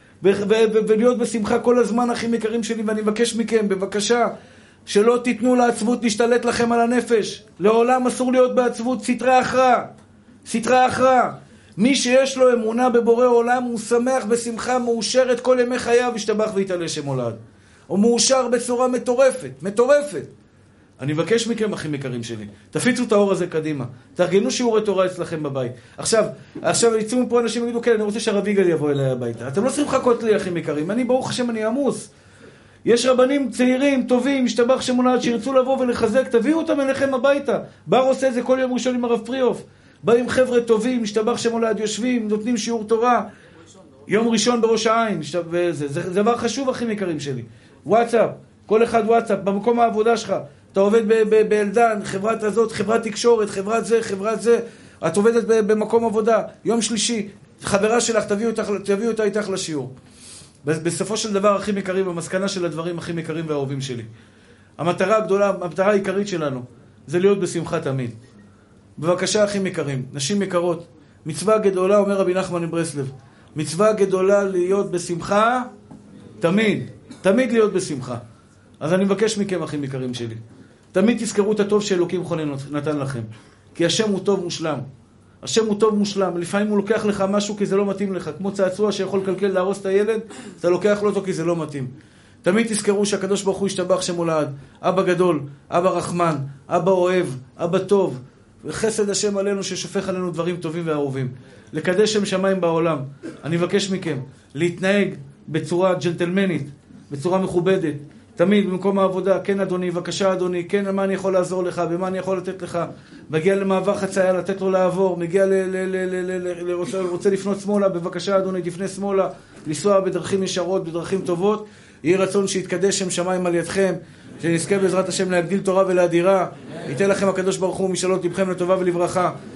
ולהיות בשמחה כל הזמן, אחים יקרים שלי, ואני מבקש מכם, בבקשה, שלא תיתנו לעצבות להשתלט לכם על הנפש. לעולם אסור להיות בעצבות, סתרה אחרא. סתרה אחרא. מי שיש לו אמונה בבורא עולם, הוא שמח בשמחה, מאושר את כל ימי חייו, ישתבח ויתעלה שמולד. הוא מאושר בצורה מטורפת, מטורפת. אני מבקש מכם, אחים יקרים שלי, תפיצו את האור הזה קדימה. תארגנו שיעורי תורה אצלכם בבית. עכשיו יצאו מפה אנשים ויגידו, כן, אני רוצה שהרב יגאל יבוא אליי הביתה. אתם לא צריכים לחכות לי, אחים יקרים. אני, ברוך השם, אני עמוס. יש רבנים צעירים, טובים, משתבח שמולד, שירצו לבוא ולחזק, תביאו אותם אליכם הביתה. בר עושה את זה כל יום ראשון עם הרב פריאוף. באים חבר'ה טובים, משתבח שמולד, יושבים, נותנים שיעור תורה. יום ראשון בראש העין. זה דבר חשוב, אחים יקרים שלי. וואטסאפ, כל אחד וואטסאפ, במקום העבודה שלך. אתה עובד באלדן, חברת הזאת, חברת תקשורת, חברת זה. את עובדת במקום עבודה. יום שלישי, חברה שלך, תביאו אותה איתך לשיעור. בסופו של דבר, אחים יקרים, המסקנה של הדברים, אחים יקרים והאהובים שלי. המטרה הגדולה, המטרה העיקרית שלנו, זה להיות בשמחה תמיד. בבקשה, אחים יקרים, נשים יקרות, מצווה גדולה, אומר רבי נחמן מברסלב, מצווה גדולה להיות בשמחה תמיד. תמיד להיות בשמחה. אז אני מבקש מכם, אחים יקרים שלי, תמיד תזכרו את הטוב שאלוקים חונן נתן לכם. כי השם הוא טוב מושלם. השם הוא טוב מושלם. לפעמים הוא לוקח לך משהו כי זה לא מתאים לך. כמו צעצוע שיכול לקלקל להרוס את הילד, אתה לוקח לו אותו כי זה לא מתאים. תמיד תזכרו שהקדוש ברוך הוא ישתבח שמולד. אבא גדול, אבא רחמן, אבא אוהב, אבא טוב. וחסד השם עלינו ששופך עלינו דברים טובים ואהובים. לקדש שם שמיים בעולם. אני מבקש מכם להתנהג בצורה ג'נטלמנית, בצורה מכובדת. תמיד במקום העבודה, כן אדוני, בבקשה אדוני, כן, מה אני יכול לעזור לך, במה אני יכול לתת לך. מגיע למעבר חצייה, לתת לו לעבור, מגיע רוצה לפנות שמאלה, בבקשה אדוני, תפנה שמאלה, לנסוע בדרכים ישרות, בדרכים טובות. יהי רצון שיתקדש שם שמיים על ידכם, שנזכה בעזרת השם להגדיל תורה ולהדירה. ייתן לכם הקדוש ברוך הוא משאלות לבכם לטובה ולברכה.